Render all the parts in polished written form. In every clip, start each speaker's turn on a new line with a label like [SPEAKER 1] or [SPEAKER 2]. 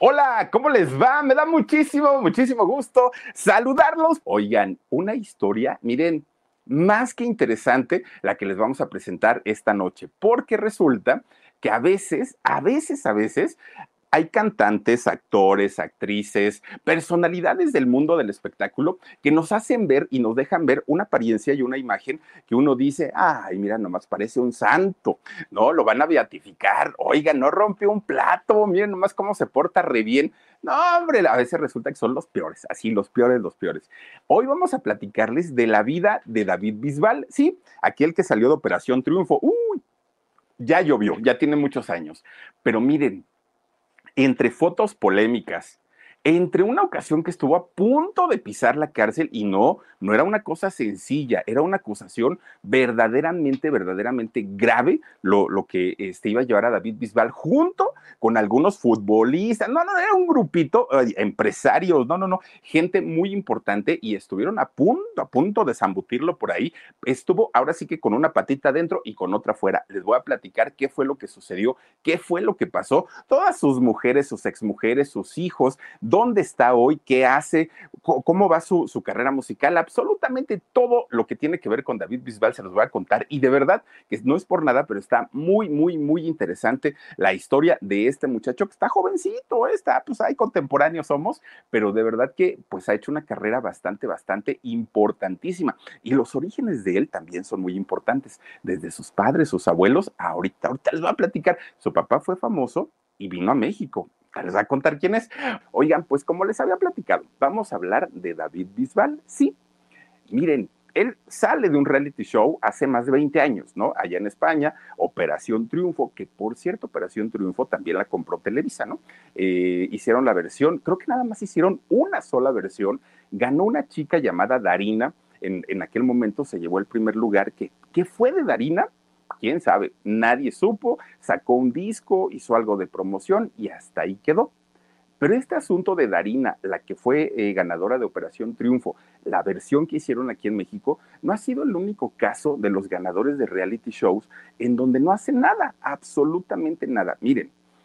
[SPEAKER 1] Hola, ¿cómo les va? Me da muchísimo gusto saludarlos. Oigan, una historia, miren, más que interesante la que les vamos a presentar esta noche, porque resulta que a veces hay cantantes, actores, actrices, personalidades del mundo del espectáculo que nos hacen ver y nos dejan ver una apariencia y una imagen que uno dice, ay, mira, nomás parece un santo, ¿no? Lo van a beatificar, oiga, no rompe un plato, miren nomás cómo se porta re bien. No, hombre, a veces resulta que son los peores, así, los peores. Hoy vamos a platicarles de la vida de David Bisbal, sí, aquel que salió de Operación Triunfo. Ya llovió, ya tiene muchos años, pero miren, entre fotos polémicas, entre una ocasión que estuvo a punto de pisar la cárcel y no era una cosa sencilla, era una acusación verdaderamente grave lo que iba a llevar a David Bisbal junto con algunos futbolistas, no, era un grupito, empresarios, no, gente muy importante y estuvieron a punto de zambutirlo por ahí. Estuvo ahora sí que con una patita adentro y con otra fuera. Les voy a platicar qué fue lo que sucedió, qué fue lo que pasó, todas sus mujeres, sus exmujeres, sus hijos, dónde está hoy, qué hace, cómo va su carrera musical, absolutamente todo lo que tiene que ver con David Bisbal se los voy a contar y de verdad que no es por nada, pero está muy interesante la historia de este muchacho que está jovencito, está, pues ahí contemporáneos somos, pero de verdad que pues ha hecho una carrera bastante importantísima y los orígenes de él también son muy importantes, desde sus padres, sus abuelos, ahorita les voy a platicar, su papá fue famoso y vino a México. Les voy a contar quién es. Oigan, pues como les había platicado, vamos a hablar de David Bisbal. Sí, miren, él sale de un reality show hace más de 20 años, ¿no? Allá en España, Operación Triunfo, que por cierto, Operación Triunfo también la compró Televisa, ¿no? Hicieron la versión, creo que nada más hicieron una sola versión, ganó una chica llamada Darina, en aquel momento se llevó el primer lugar, ¿qué fue de Darina? Quién sabe, nadie supo, sacó un disco, hizo algo de promoción y hasta ahí quedó. Pero este asunto de Darina, la que fue ganadora de Operación Triunfo, la versión que hicieron aquí en México, no ha sido el único caso de los ganadores de reality shows en donde no hacen nada, absolutamente nada. Miren,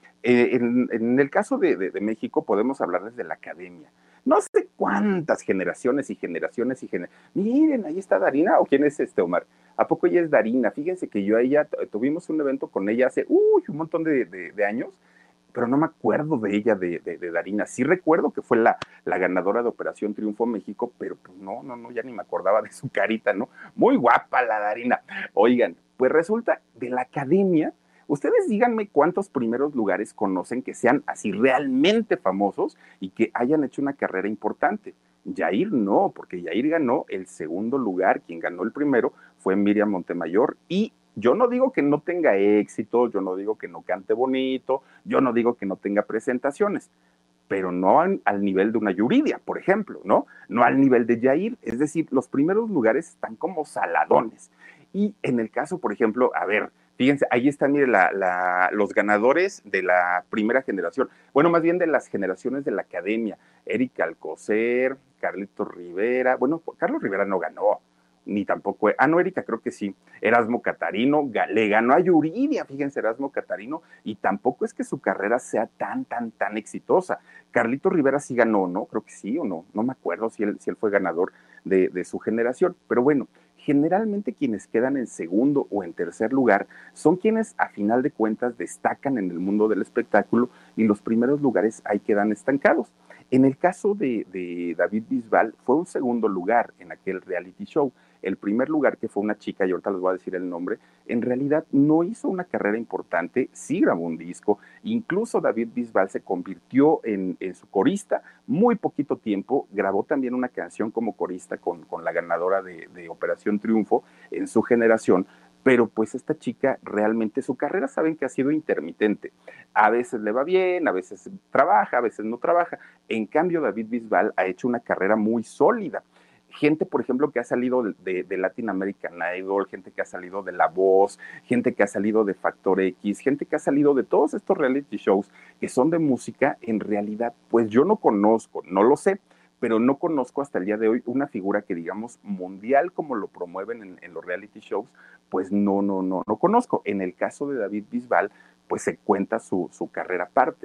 [SPEAKER 1] en el caso de México podemos hablarles de la academia. No sé cuántas generaciones y generaciones y generaciones. Miren, ahí está Darina, ¿o quién es este Omar? ¿A poco ella es Darina? Fíjense que yo a ella tuvimos un evento con ella hace un montón de años, pero no me acuerdo de ella, de Darina. Sí recuerdo que fue la ganadora de Operación Triunfo México, pero pues no, ya ni me acordaba de su carita, ¿no? Muy guapa la Darina. Oigan, pues resulta de la academia, ustedes díganme cuántos primeros lugares conocen que sean así realmente famosos y que hayan hecho una carrera importante. Yair no, porque Yair ganó el segundo lugar, quien ganó el primero fue Miriam Montemayor y yo no digo que no tenga éxito, yo no digo que no cante bonito, yo no digo que no tenga presentaciones, pero no al nivel de una Yuridia, por ejemplo, ¿no? No al nivel de Yair, es decir, los primeros lugares están como saladones. Y en el caso, por ejemplo, a ver, fíjense, ahí están, mire, los ganadores de la primera generación, bueno, más bien de las generaciones de la academia, Erika Alcocer, Carlitos Rivera, bueno, Carlos Rivera no ganó, ni tampoco, no, Erika creo que sí, Erasmo Catarino, le ganó a Yuridia, fíjense, Erasmo Catarino, y tampoco es que su carrera sea tan exitosa. Carlito Rivera sí ganó, ¿no? Creo que sí o no me acuerdo si él fue ganador de su generación, pero bueno, generalmente quienes quedan en segundo o en tercer lugar son quienes a final de cuentas destacan en el mundo del espectáculo y los primeros lugares ahí quedan estancados. En el caso de David Bisbal fue un segundo lugar en aquel reality show. El primer lugar, que fue una chica, y ahorita les voy a decir el nombre, en realidad no hizo una carrera importante, sí grabó un disco, incluso David Bisbal se convirtió en su corista muy poquito tiempo, grabó también una canción como corista con la ganadora de Operación Triunfo en su generación, pero pues esta chica realmente su carrera saben que ha sido intermitente. A veces le va bien, a veces trabaja, a veces no trabaja. En cambio, David Bisbal ha hecho una carrera muy sólida. Gente, por ejemplo, que ha salido de Latin American Idol, gente que ha salido de La Voz, gente que ha salido de Factor X, gente que ha salido de todos estos reality shows que son de música, en realidad, pues yo no conozco, no lo sé, pero no conozco hasta el día de hoy una figura que digamos mundial como lo promueven en los reality shows, pues no conozco. En el caso de David Bisbal, pues se cuenta su carrera aparte, ¿no?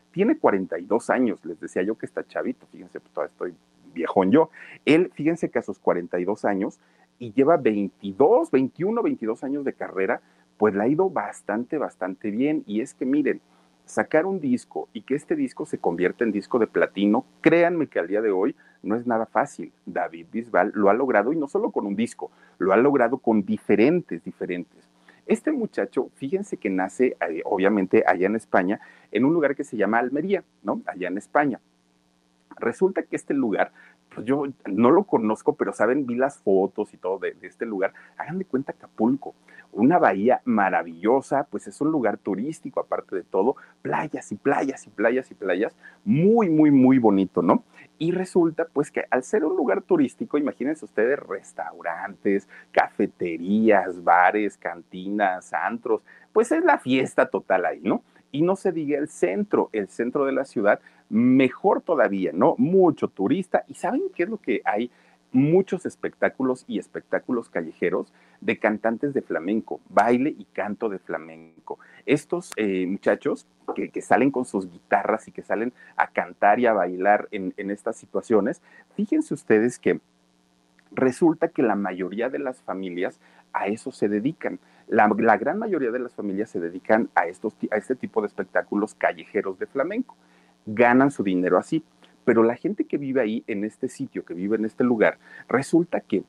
[SPEAKER 1] Tiene 42 años, les decía yo que está chavito, fíjense, pues todavía estoy viejón yo. Él, fíjense que a sus 42 años y lleva 22, 21, 22 años de carrera, pues le ha ido bastante, bastante bien. Y es que miren, sacar un disco y que este disco se convierta en disco de platino, créanme que al día de hoy no es nada fácil. David Bisbal lo ha logrado y no solo con un disco, lo ha logrado con diferentes. Este muchacho, fíjense que nace, obviamente, allá en España, en un lugar que se llama Almería, ¿no? Allá en España. Resulta que este lugar, pues yo no lo conozco, pero saben, vi las fotos y todo de este lugar. Hagan de cuenta Acapulco, una bahía maravillosa, pues es un lugar turístico, aparte de todo, playas y playas y playas y playas, muy, muy, muy bonito, ¿no? Y resulta, pues, que al ser un lugar turístico, imagínense ustedes restaurantes, cafeterías, bares, cantinas, antros, pues es la fiesta total ahí, ¿no? Y no se diga el centro de la ciudad, mejor todavía, ¿no? Mucho turista. ¿Y saben qué es lo que hay? Muchos espectáculos y espectáculos callejeros de cantantes de flamenco, baile y canto de flamenco. Estos muchachos que salen con sus guitarras y que salen a cantar y a bailar en estas situaciones, fíjense ustedes que resulta que la mayoría de las familias a eso se dedican. La gran mayoría de las familias se dedican a este tipo de espectáculos callejeros de flamenco. Ganan su dinero así. Pero la gente que vive ahí, en este sitio, que vive en este lugar, resulta que,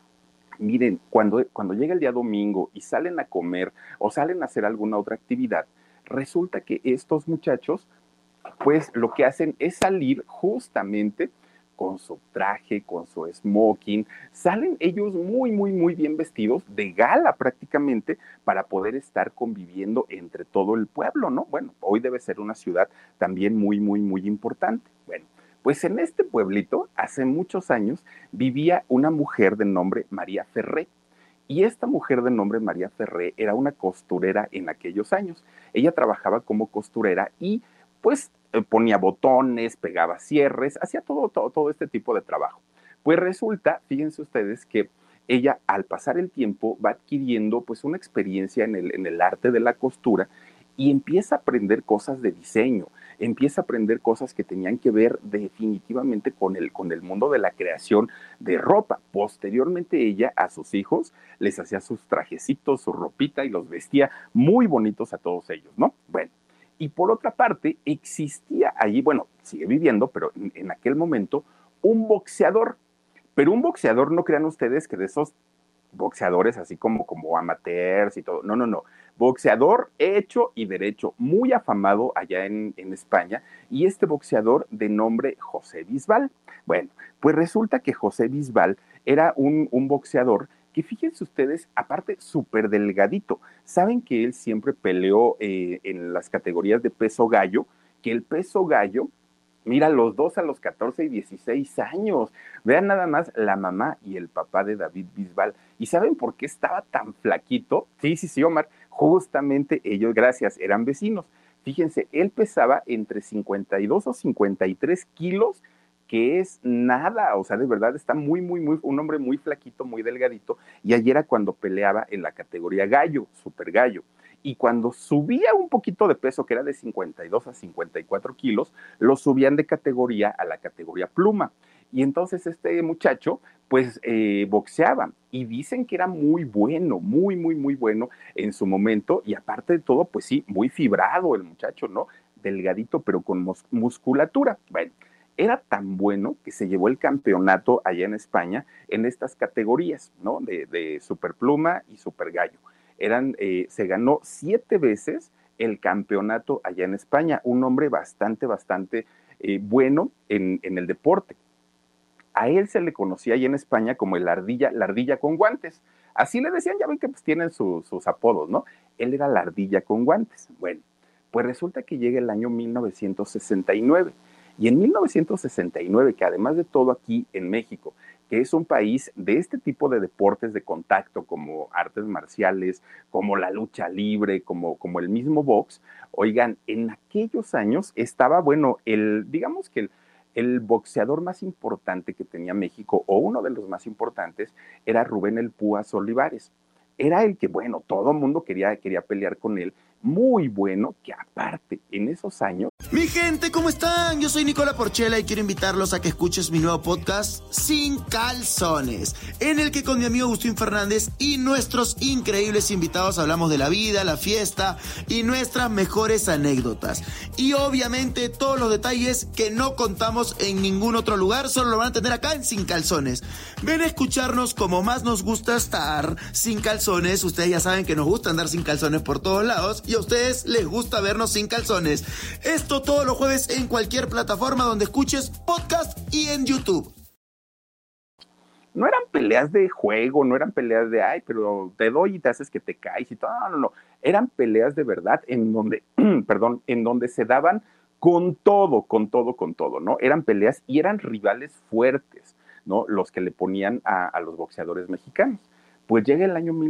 [SPEAKER 1] miren, cuando llega el día domingo y salen a comer o salen a hacer alguna otra actividad, resulta que estos muchachos pues lo que hacen es salir justamente con su traje, con su smoking, salen ellos muy, muy, muy bien vestidos, de gala prácticamente, para poder estar conviviendo entre todo el pueblo, ¿no? Bueno, hoy debe ser una ciudad también muy, muy, muy importante. Bueno, pues en este pueblito, hace muchos años, vivía una mujer de nombre María Ferré. Y esta mujer de nombre María Ferré era una costurera en aquellos años. Ella trabajaba como costurera y pues ponía botones, pegaba cierres, hacía todo este tipo de trabajo. Pues resulta, fíjense ustedes, que ella al pasar el tiempo va adquiriendo pues una experiencia en el arte de la costura y empieza a aprender cosas de diseño, empieza a aprender cosas que tenían que ver definitivamente con el mundo de la creación de ropa. Posteriormente ella a sus hijos les hacía sus trajecitos, su ropita y los vestía muy bonitos a todos ellos, ¿no? Bueno, y por otra parte, existía allí, bueno, sigue viviendo, pero en aquel momento, un boxeador. Pero un boxeador, no crean ustedes que de esos boxeadores así como amateurs y todo. No, no, no. Boxeador hecho y derecho, muy afamado allá en España, y este boxeador de nombre José Bisbal. Bueno, pues resulta que José Bisbal era un boxeador que fíjense ustedes, aparte súper delgadito. Saben que él siempre peleó en las categorías de peso gallo, que el peso gallo, mira, los dos a los 14 y 16 años. Vean nada más la mamá y el papá de David Bisbal. ¿Y saben por qué estaba tan flaquito? Sí, sí, sí, Omar. Justamente ellos, gracias, eran vecinos. Fíjense, él pesaba entre 52 o 53 kilos, que es nada, o sea, de verdad está muy, muy, muy, un hombre muy flaquito, muy delgadito, y ayer era cuando peleaba en la categoría gallo, super gallo. Y cuando subía un poquito de peso, que era de 52 a 54 kilos, lo subían de categoría a la categoría pluma. Y entonces este muchacho, pues boxeaba y dicen que era muy bueno, muy, muy, muy bueno en su momento y aparte de todo, pues sí, muy fibrado el muchacho, ¿no? Delgadito, pero con musculatura. Bueno, era tan bueno que se llevó el campeonato allá en España en estas categorías, ¿no? De superpluma y super gallo. Se ganó 7 veces el campeonato allá en España, un hombre bastante, bastante bueno en el deporte. A él se le conocía allá en España como la ardilla con guantes. Así le decían, ya ven que pues tienen sus apodos, ¿no? Él era la ardilla con guantes. Bueno, pues resulta que llega el año 1969. Y en 1969, que además de todo aquí en México, que es un país de este tipo de deportes de contacto, como artes marciales, como la lucha libre, como el mismo box, oigan, en aquellos años estaba, bueno, digamos que el boxeador más importante que tenía México, o uno de los más importantes, era Rubén el Púas Olivares. Era el que, bueno, todo el mundo quería pelear con él muy bueno, que aparte, en esos años.
[SPEAKER 2] Mi gente, ¿cómo están? Yo soy Nicola Porchela y quiero invitarlos a que escuches mi nuevo podcast Sin Calzones, en el que con mi amigo Agustín Fernández y nuestros increíbles invitados hablamos de la vida, la fiesta y nuestras mejores anécdotas. Y obviamente todos los detalles que no contamos en ningún otro lugar, solo lo van a tener acá en Sin Calzones. Ven a escucharnos como más nos gusta estar sin calzones. Ustedes ya saben que nos gusta andar sin calzones por todos lados y a ustedes les gusta vernos sin calzones. Esto todos los jueves en cualquier plataforma donde escuches podcast y en YouTube.
[SPEAKER 1] No eran peleas de juego, no eran peleas de, ay, pero te doy y te haces que te caes y todo, no, no, no. Eran peleas de verdad en donde, perdón, en donde se daban con todo, con todo, con todo, ¿no? Eran peleas y eran rivales fuertes, ¿no? Los que le ponían a los boxeadores mexicanos. Pues llega el año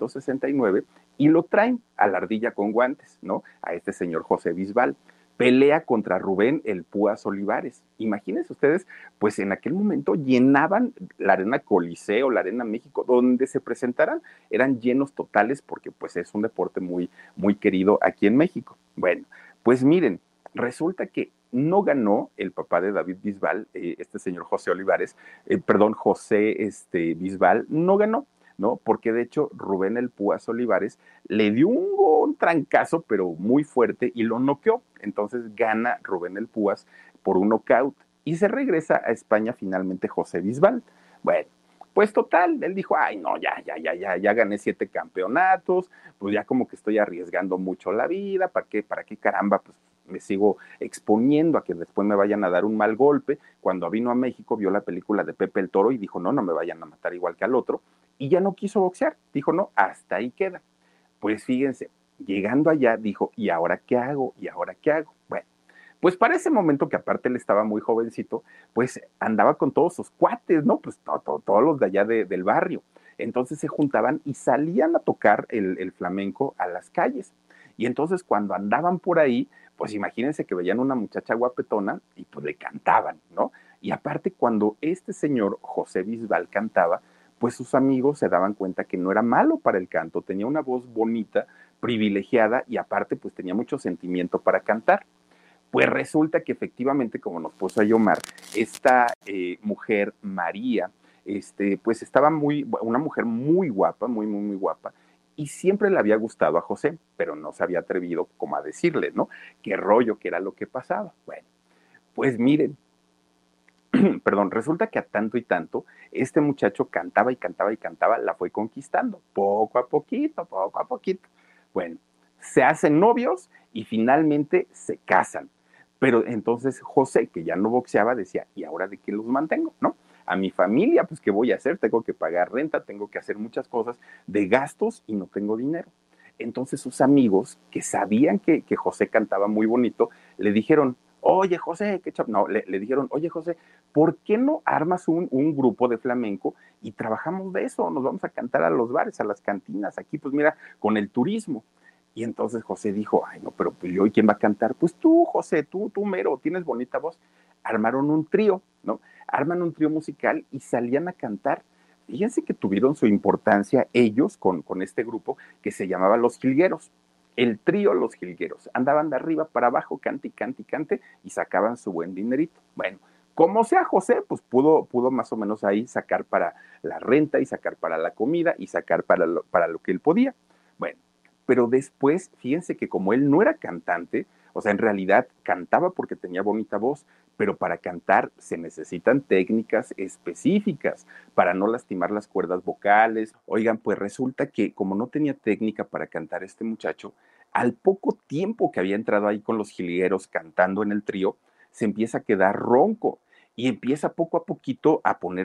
[SPEAKER 1] 1969 y lo traen a la ardilla con guantes, ¿no? A este señor José Bisbal. Pelea contra Rubén el Púas Olivares. Imagínense ustedes, pues en aquel momento llenaban la Arena Coliseo, la Arena México, donde se presentaran, eran llenos totales porque pues es un deporte muy, muy querido aquí en México. Bueno, pues miren, resulta que no ganó el papá de David Bisbal, este señor José Olivares, perdón, José Bisbal, no ganó. ¿No? Porque de hecho Rubén el Púas Olivares le dio un trancazo, pero muy fuerte, y lo noqueó. Entonces gana Rubén el Púas por un knockout y se regresa a España finalmente José Bisbal. Bueno, pues total, él dijo, ay no, ya gané 7 campeonatos, pues ya como que estoy arriesgando mucho la vida, para qué caramba, pues me sigo exponiendo a que después me vayan a dar un mal golpe. Cuando vino a México vio la película de Pepe el Toro y dijo, no, no me vayan a matar igual que al otro, y ya no quiso boxear, dijo, no, hasta ahí queda. Pues fíjense, llegando allá dijo, ¿y ahora qué hago? ¿Y ahora qué hago? Bueno, pues para ese momento que aparte él estaba muy jovencito, pues andaba con todos sus cuates, ¿no? Pues todos los de allá del barrio. Entonces se juntaban y salían a tocar el flamenco a las calles. Y entonces cuando andaban por ahí, pues imagínense que veían una muchacha guapetona y pues le cantaban, ¿no? Y aparte cuando este señor José Bisbal cantaba, pues sus amigos se daban cuenta que no era malo para el canto, tenía una voz bonita, privilegiada y aparte pues tenía mucho sentimiento para cantar. Pues resulta que efectivamente, como nos puso a Omar, esta mujer, María, pues estaba una mujer muy guapa, muy, muy, muy guapa, y siempre le había gustado a José, pero no se había atrevido como a decirle, ¿no? Qué rollo, qué era lo que pasaba. Bueno, pues miren, perdón, resulta que a tanto y tanto, este muchacho cantaba y cantaba y cantaba, la fue conquistando, poco a poquito, poco a poquito. Bueno, se hacen novios y finalmente se casan. Pero entonces José, que ya no boxeaba, decía, ¿y ahora de qué los mantengo? ¿No? A mi familia, pues, ¿qué voy a hacer? Tengo que pagar renta, tengo que hacer muchas cosas de gastos y no tengo dinero. Entonces sus amigos, que sabían que José cantaba muy bonito, le dijeron, oye José, qué no, le dijeron, oye José, ¿por qué no armas un grupo de flamenco y trabajamos de eso? Nos vamos a cantar a los bares, a las cantinas, aquí pues mira, con el turismo. Y entonces José dijo, ay no, pero pues yo, ¿y quién va a cantar? Pues tú, José, tú mero, tienes bonita voz. Armaron un trío, ¿no? Arman un trío musical y salían a cantar. Fíjense que tuvieron su importancia ellos con este grupo que se llamaba Los Jilgueros. El trío Los Jilgueros. Andaban de arriba para abajo, cante y cante y cante, y sacaban su buen dinerito. Bueno, como sea José, pues pudo más o menos ahí sacar para la renta y sacar para la comida y sacar para lo que él podía. Bueno, pero después, fíjense que como él no era cantante, o sea, en realidad cantaba porque tenía bonita voz, pero para cantar se necesitan técnicas específicas para no lastimar las cuerdas vocales. Oigan, pues resulta que como no tenía técnica para cantar este muchacho, al poco tiempo que había entrado ahí con los jilgueros cantando en el trío, se empieza a quedar ronco y empieza poco a poquito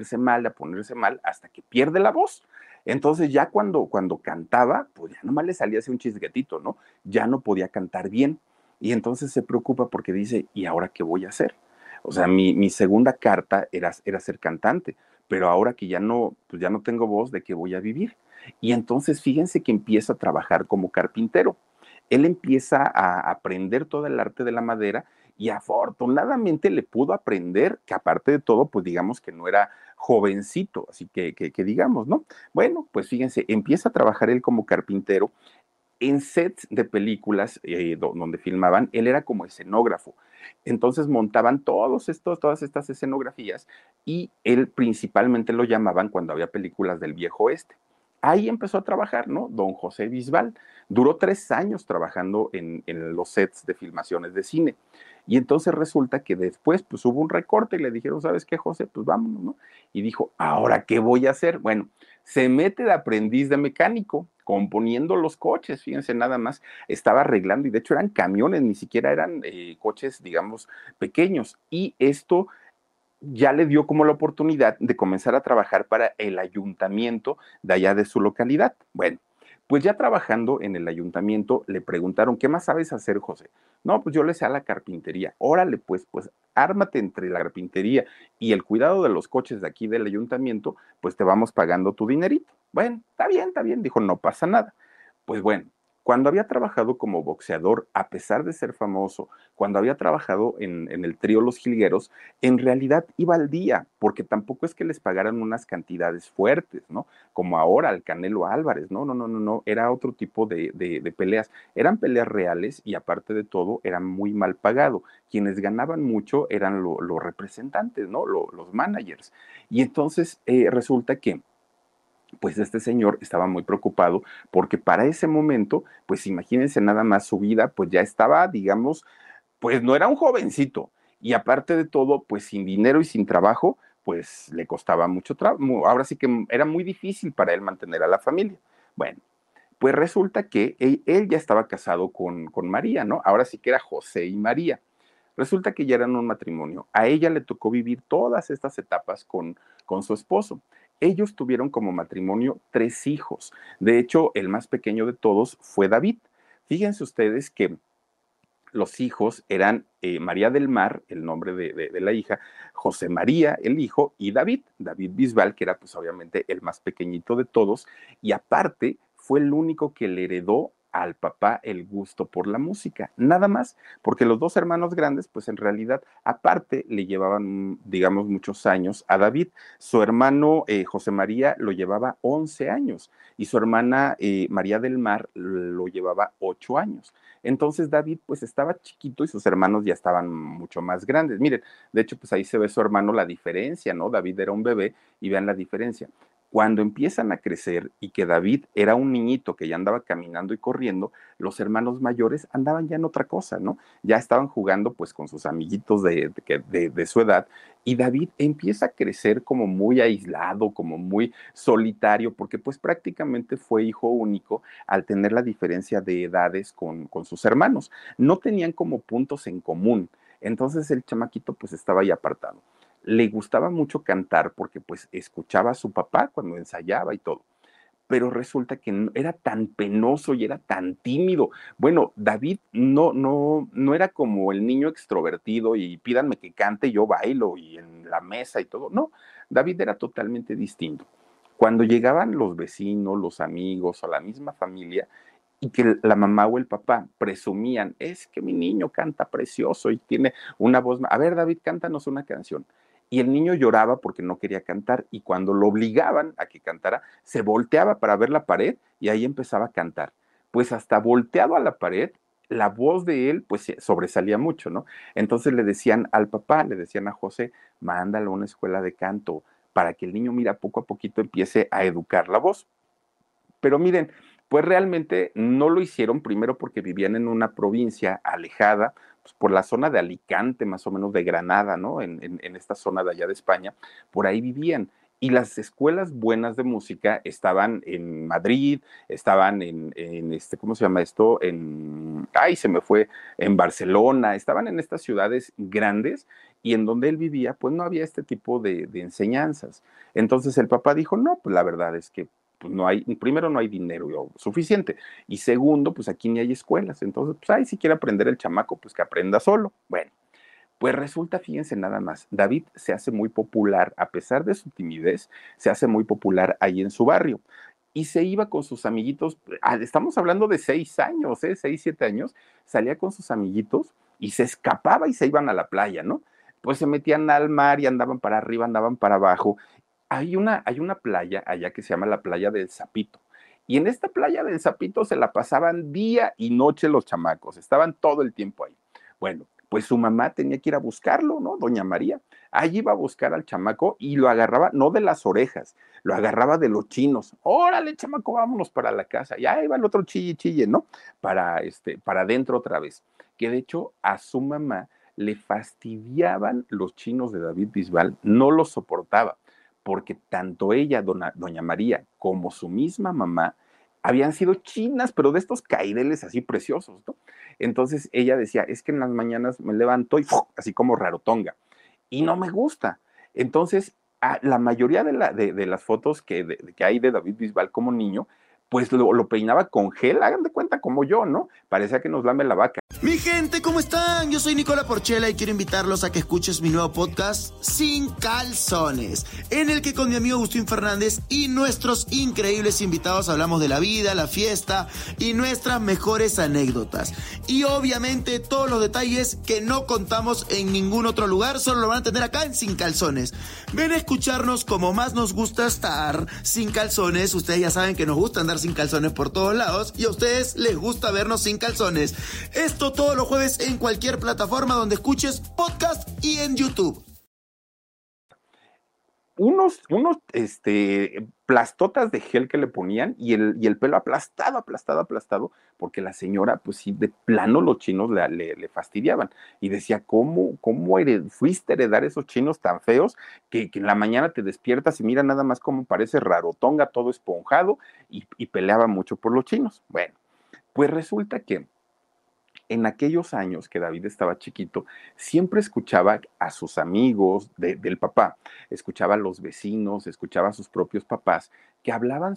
[SPEAKER 1] a ponerse mal, hasta que pierde la voz. Entonces ya cuando cantaba, pues ya nomás le salía así un chisguetito, ¿no? Ya no podía cantar bien. Y entonces se preocupa porque dice, ¿y ahora qué voy a hacer? O sea, mi segunda carta era ser cantante, pero ahora que ya no, pues ya no tengo voz, ¿de qué voy a vivir? Y entonces fíjense que empieza a trabajar como carpintero. Él empieza a aprender todo el arte de la madera y afortunadamente le pudo aprender, que aparte de todo, pues digamos que no era jovencito, así que digamos, ¿no? Bueno, pues fíjense, empieza a trabajar él como carpintero En sets de películas donde filmaban, él era como escenógrafo. Entonces montaban todas estas escenografías y él principalmente lo llamaban cuando había películas del viejo oeste. Ahí empezó a trabajar, ¿no? Don José Bisbal. Duró 3 años trabajando en los sets de filmaciones de cine. Y entonces resulta que después pues hubo un recorte y le dijeron, ¿sabes qué, José? Pues vámonos, ¿no? Y dijo, ¿ahora qué voy a hacer? Bueno, se mete de aprendiz de mecánico, componiendo los coches, fíjense nada más, estaba arreglando, y de hecho eran camiones, ni siquiera eran coches, digamos, pequeños, y esto ya le dio como la oportunidad de comenzar a trabajar para el ayuntamiento de allá de su localidad. Bueno, pues ya trabajando en el ayuntamiento, le preguntaron, ¿qué más sabes hacer, José? No, pues yo le sé a la carpintería. Órale, pues ármate entre la carpintería y el cuidado de los coches de aquí del ayuntamiento, pues te vamos pagando tu dinerito. Bueno, está bien, dijo, no pasa nada. Pues bueno, cuando había trabajado como boxeador, a pesar de ser famoso, cuando había trabajado en el trío Los Jilgueros, en realidad iba al día, porque tampoco es que les pagaran unas cantidades fuertes, ¿no? Como ahora al Canelo Álvarez, no, era otro tipo de peleas. Eran peleas reales y aparte de todo, eran muy mal pagado. Quienes ganaban mucho eran los representantes, ¿no? Los managers. Y entonces resulta que pues este señor estaba muy preocupado porque para ese momento, pues imagínense nada más su vida, pues ya estaba, digamos, pues no era un jovencito y aparte de todo, pues sin dinero y sin trabajo, pues le costaba mucho trabajo. Ahora sí que era muy difícil para él mantener a la familia. Bueno, pues resulta que él ya estaba casado con María, ¿no? Ahora sí que era José y María. Resulta que ya eran un matrimonio. A ella le tocó vivir todas estas etapas con su esposo. Ellos tuvieron como matrimonio 3 hijos. De hecho, el más pequeño de todos fue David. Fíjense ustedes que los hijos eran María del Mar, el nombre de la hija, José María, el hijo, y David Bisbal, que era pues obviamente el más pequeñito de todos, y aparte fue el único que le heredó al papá el gusto por la música, nada más, porque los dos hermanos grandes, pues en realidad, aparte, le llevaban, digamos, muchos años a David. Su hermano José María lo llevaba 11 años y su hermana María del Mar lo llevaba 8 años. Entonces David pues estaba chiquito y sus hermanos ya estaban mucho más grandes. Miren, de hecho pues ahí se ve su hermano la diferencia, ¿no? David era un bebé y vean la diferencia. Cuando empiezan a crecer y que David era un niñito que ya andaba caminando y corriendo, los hermanos mayores andaban ya en otra cosa, ¿no? Ya estaban jugando pues con sus amiguitos de su edad y David empieza a crecer como muy aislado, como muy solitario, porque pues prácticamente fue hijo único al tener la diferencia de edades con sus hermanos. No tenían como puntos en común. Entonces el chamaquito pues estaba ahí apartado. Le gustaba mucho cantar porque pues escuchaba a su papá cuando ensayaba y todo. Pero resulta que era tan penoso y era tan tímido. Bueno, David no era como el niño extrovertido y pídanme que cante, yo bailo y en la mesa y todo. No, David era totalmente distinto. Cuando llegaban los vecinos, los amigos o la misma familia, y que la mamá o el papá presumían, es que mi niño canta precioso y tiene una voz, a ver David, cántanos una canción. Y el niño lloraba porque no quería cantar y cuando lo obligaban a que cantara, se volteaba para ver la pared y ahí empezaba a cantar. Pues hasta volteado a la pared, la voz de él pues sobresalía mucho, ¿no? Entonces le decían al papá, le decían a José, mándalo a una escuela de canto para que el niño, mira, poco a poquito empiece a educar la voz. Pero miren, pues realmente no lo hicieron primero porque vivían en una provincia alejada, pues por la zona de Alicante, más o menos de Granada, ¿no? En esta zona de allá de España, por ahí vivían. Y las escuelas buenas de música estaban en Madrid, estaban ¿cómo se llama esto? Ay, se me fue, en Barcelona, estaban en estas ciudades grandes y en donde él vivía, pues no había este tipo de enseñanzas. Entonces el papá dijo, no, pues la verdad es que pues no hay, primero no hay dinero suficiente y segundo, pues aquí ni hay escuelas, entonces, pues ay, si quiere aprender el chamaco, pues que aprenda solo. Bueno, pues resulta, fíjense nada más, David se hace muy popular, a pesar de su timidez, se hace muy popular ahí en su barrio y se iba con sus amiguitos, estamos hablando de 6 años, 6, 7 años, salía con sus amiguitos y se escapaba y se iban a la playa, ¿no? Pues se metían al mar y andaban para arriba, andaban para abajo. Hay una playa allá que se llama la playa del Zapito. Y en esta playa del Zapito se la pasaban día y noche los chamacos, estaban todo el tiempo ahí. Bueno, pues su mamá tenía que ir a buscarlo, ¿no? Doña María. Allí iba a buscar al chamaco y lo agarraba, no de las orejas, lo agarraba de los chinos. Órale, chamaco, vámonos para la casa. Ya iba el otro chille, chille, ¿no? Para adentro otra vez. Que de hecho a su mamá le fastidiaban los chinos de David Bisbal, no los soportaba, porque tanto ella, doña María, como su misma mamá, habían sido chinas, pero de estos caireles así preciosos, ¿no? Entonces ella decía, es que en las mañanas me levanto y ¡fum! Así como rarotonga, y no me gusta. Entonces, la mayoría de las fotos que hay de David Bisbal como niño, pues lo peinaba con gel, hagan de cuenta como yo, ¿no? Parecía que nos lame la vaca.
[SPEAKER 2] Mi gente, ¿cómo están? Yo soy Nicola Porchela y quiero invitarlos a que escuches mi nuevo podcast Sin Calzones, en el que con mi amigo Agustín Fernández y nuestros increíbles invitados hablamos de la vida, la fiesta y nuestras mejores anécdotas. Y obviamente todos los detalles que no contamos en ningún otro lugar, solo lo van a tener acá en Sin Calzones. Ven a escucharnos como más nos gusta estar sin calzones. Ustedes ya saben que nos gusta andar sin calzones por todos lados y a ustedes les gusta vernos sin calzones. Esto todos los jueves en cualquier plataforma donde escuches podcast y en YouTube.
[SPEAKER 1] Unos plastotas de gel que le ponían y el pelo aplastado, porque la señora, pues sí, de plano los chinos le fastidiaban. Y decía, ¿cómo fuiste a heredar esos chinos tan feos que en la mañana te despiertas y mira nada más cómo parece rarotonga, todo esponjado, y peleaba mucho por los chinos? Bueno, pues resulta que en aquellos años que David estaba chiquito, siempre escuchaba a sus amigos del papá, escuchaba a los vecinos, escuchaba a sus propios papás que hablaban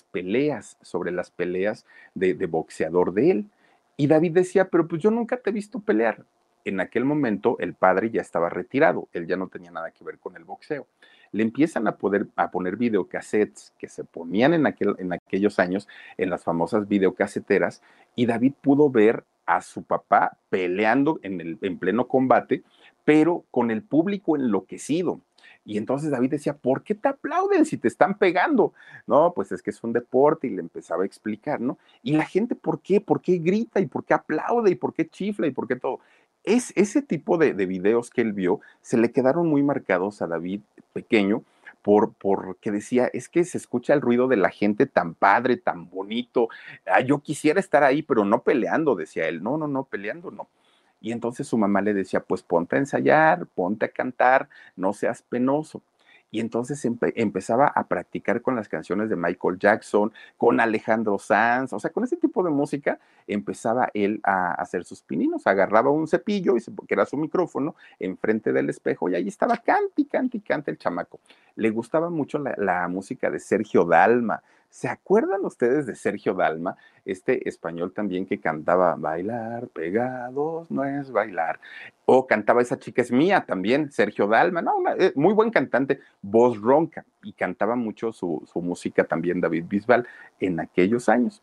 [SPEAKER 1] sobre las peleas de boxeador de él. Y David decía, pero pues yo nunca te he visto pelear. En aquel momento el padre ya estaba retirado, él ya no tenía nada que ver con el boxeo. Le empiezan a poner videocassettes que se ponían en aquellos años en las famosas videocaseteras, y David pudo ver a su papá peleando en pleno combate, pero con el público enloquecido. Y entonces David decía, ¿por qué te aplauden si te están pegando? No, pues es que es un deporte, y le empezaba a explicar, ¿no? Y la gente, ¿por qué? ¿Por qué grita? ¿Y por qué aplaude? ¿Y por qué chifla? ¿Y por qué todo? Ese tipo de videos que él vio se le quedaron muy marcados a David pequeño, porque decía, es que se escucha el ruido de la gente tan padre, tan bonito. Yo quisiera estar ahí, pero no peleando, decía él. No, no, no, peleando no. Y entonces su mamá le decía, pues ponte a ensayar, ponte a cantar, no seas penoso. Y entonces empezaba a practicar con las canciones de Michael Jackson, con Alejandro Sanz, o sea, con ese tipo de música empezaba él a hacer sus pininos, agarraba un cepillo, que era su micrófono, enfrente del espejo, y ahí estaba cante, cante, cante el chamaco. Le gustaba mucho la música de Sergio Dalma. ¿Se acuerdan ustedes de Sergio Dalma, este español también que cantaba Bailar pegados no es bailar? O cantaba Esa chica es mía también, Sergio Dalma, ¿no? Muy buen cantante, voz ronca, y cantaba mucho su música también David Bisbal en aquellos años.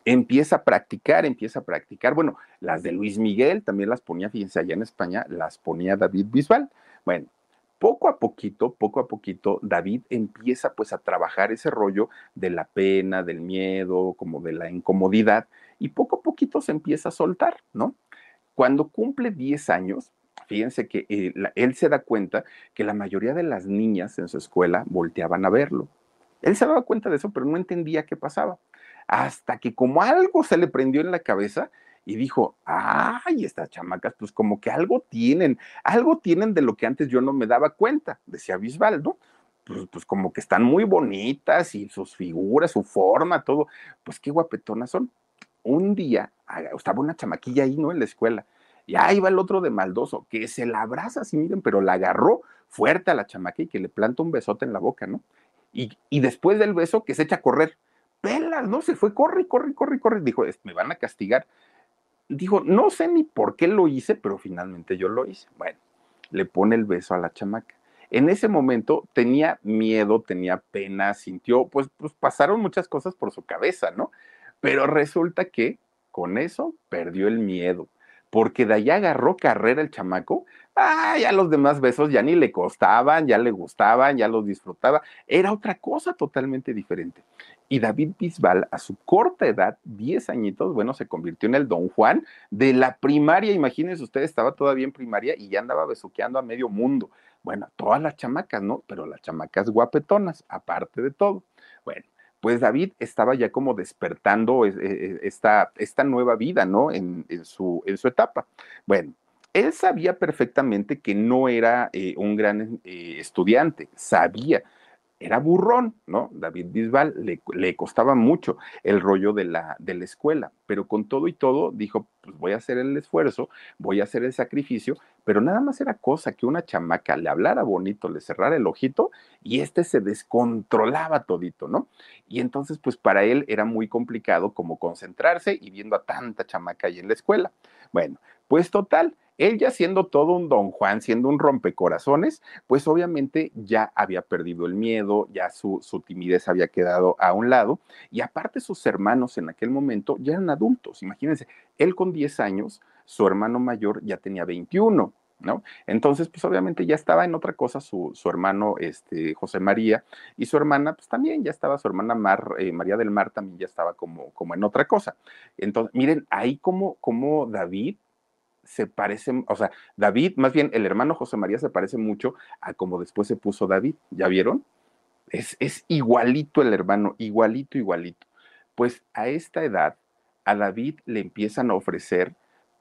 [SPEAKER 1] Empieza a practicar. Bueno, las de Luis Miguel también las ponía, fíjense, allá en España las ponía David Bisbal. Bueno, poco a poquito, David empieza pues a trabajar ese rollo de la pena, del miedo, como de la incomodidad, y poco a poquito se empieza a soltar, ¿no? Cuando cumple 10 años, fíjense que él se da cuenta que la mayoría de las niñas en su escuela volteaban a verlo. Él se daba cuenta de eso, pero no entendía qué pasaba. Hasta que como algo se le prendió en la cabeza y dijo, ay, estas chamacas, pues como que algo tienen de lo que antes yo no me daba cuenta, decía Bisbal, ¿no? Pues como que están muy bonitas y sus figuras, su forma, todo, pues qué guapetonas son. Un día estaba una chamaquilla ahí, ¿no? En la escuela. Y ahí va el otro de maldoso, que se la abraza así, miren, pero la agarró fuerte a la chamaca y que le planta un besote en la boca, ¿no? Y después del beso, que se echa a correr. Pelas, ¿no? Se fue, corre, corre, corre, corre. Dijo, me van a castigar. Dijo, no sé ni por qué lo hice, pero finalmente yo lo hice. Bueno, le pone el beso a la chamaca. En ese momento tenía miedo, tenía pena, sintió, pues pasaron muchas cosas por su cabeza, ¿no? Pero resulta que con eso perdió el miedo, porque de allá agarró carrera el chamaco, Ya los demás besos ya ni le costaban, ya le gustaban, ya los disfrutaba. Era otra cosa totalmente diferente. Y David Bisbal, a su corta edad, 10 añitos, bueno, se convirtió en el Don Juan de la primaria. Imagínense ustedes, estaba todavía en primaria y ya andaba besuqueando a medio mundo. Bueno, todas las chamacas, ¿no? Pero las chamacas guapetonas, aparte de todo. Bueno, pues David estaba ya como despertando esta nueva vida, ¿no? En su etapa. Bueno, él sabía perfectamente que no era un gran estudiante, sabía, era burrón, ¿no? David Bisbal le costaba mucho el rollo de la escuela, pero con todo y todo dijo, pues voy a hacer el esfuerzo, voy a hacer el sacrificio, pero nada más era cosa que una chamaca le hablara bonito, le cerrara el ojito y se descontrolaba todito, ¿no? Y entonces, pues para él era muy complicado como concentrarse y viendo a tanta chamaca ahí en la escuela. Bueno, pues total, él ya siendo todo un Don Juan, siendo un rompecorazones, pues obviamente ya había perdido el miedo, ya su timidez había quedado a un lado, y aparte sus hermanos en aquel momento ya eran adultos, imagínense, él con 10 años, su hermano mayor ya tenía 21. ¿No? Entonces, pues obviamente ya estaba en otra cosa su hermano José María y su hermana, pues también ya estaba, su hermana María del Mar también ya estaba como en otra cosa. Entonces, miren, ahí como David se parece, o sea, David, más bien el hermano José María se parece mucho a como después se puso David, ¿ya vieron? Es igualito el hermano, igualito, igualito. Pues a esta edad, a David le empiezan a ofrecer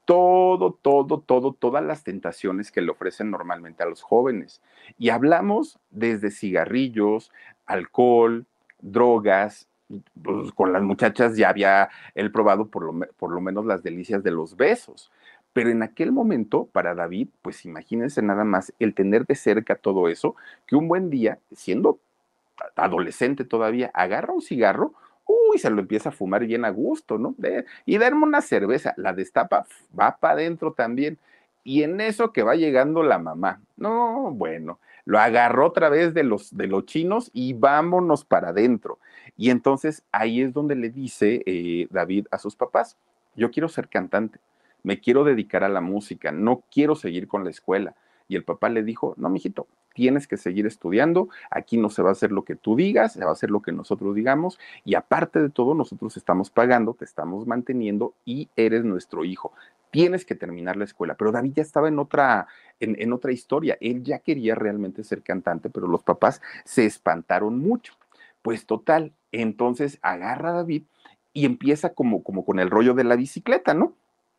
[SPEAKER 1] todas las tentaciones que le ofrecen normalmente a los jóvenes. Y hablamos desde cigarrillos, alcohol, drogas. Pues con las muchachas ya había él probado por lo menos las delicias de los besos. Pero en aquel momento, para David, pues imagínense nada más el tener de cerca todo eso, que un buen día, siendo adolescente todavía, agarra un cigarro, uy, se lo empieza a fumar bien a gusto, ¿no? Y darme una cerveza, la destapa, va para adentro también. Y en eso que va llegando la mamá, no, bueno, lo agarró otra vez de los chinos y vámonos para adentro. Y entonces ahí es donde le dice David a sus papás, yo quiero ser cantante, me quiero dedicar a la música, no quiero seguir con la escuela. Y el papá le dijo, no, mijito, tienes que seguir estudiando, aquí no se va a hacer lo que tú digas, se va a hacer lo que nosotros digamos, y aparte de todo, nosotros estamos pagando, te estamos manteniendo y eres nuestro hijo. Tienes que terminar la escuela. Pero David ya estaba en otra historia. Él ya quería realmente ser cantante, pero los papás se espantaron mucho. Pues total, entonces agarra a David y empieza como con el rollo de la bicicleta, ¿no?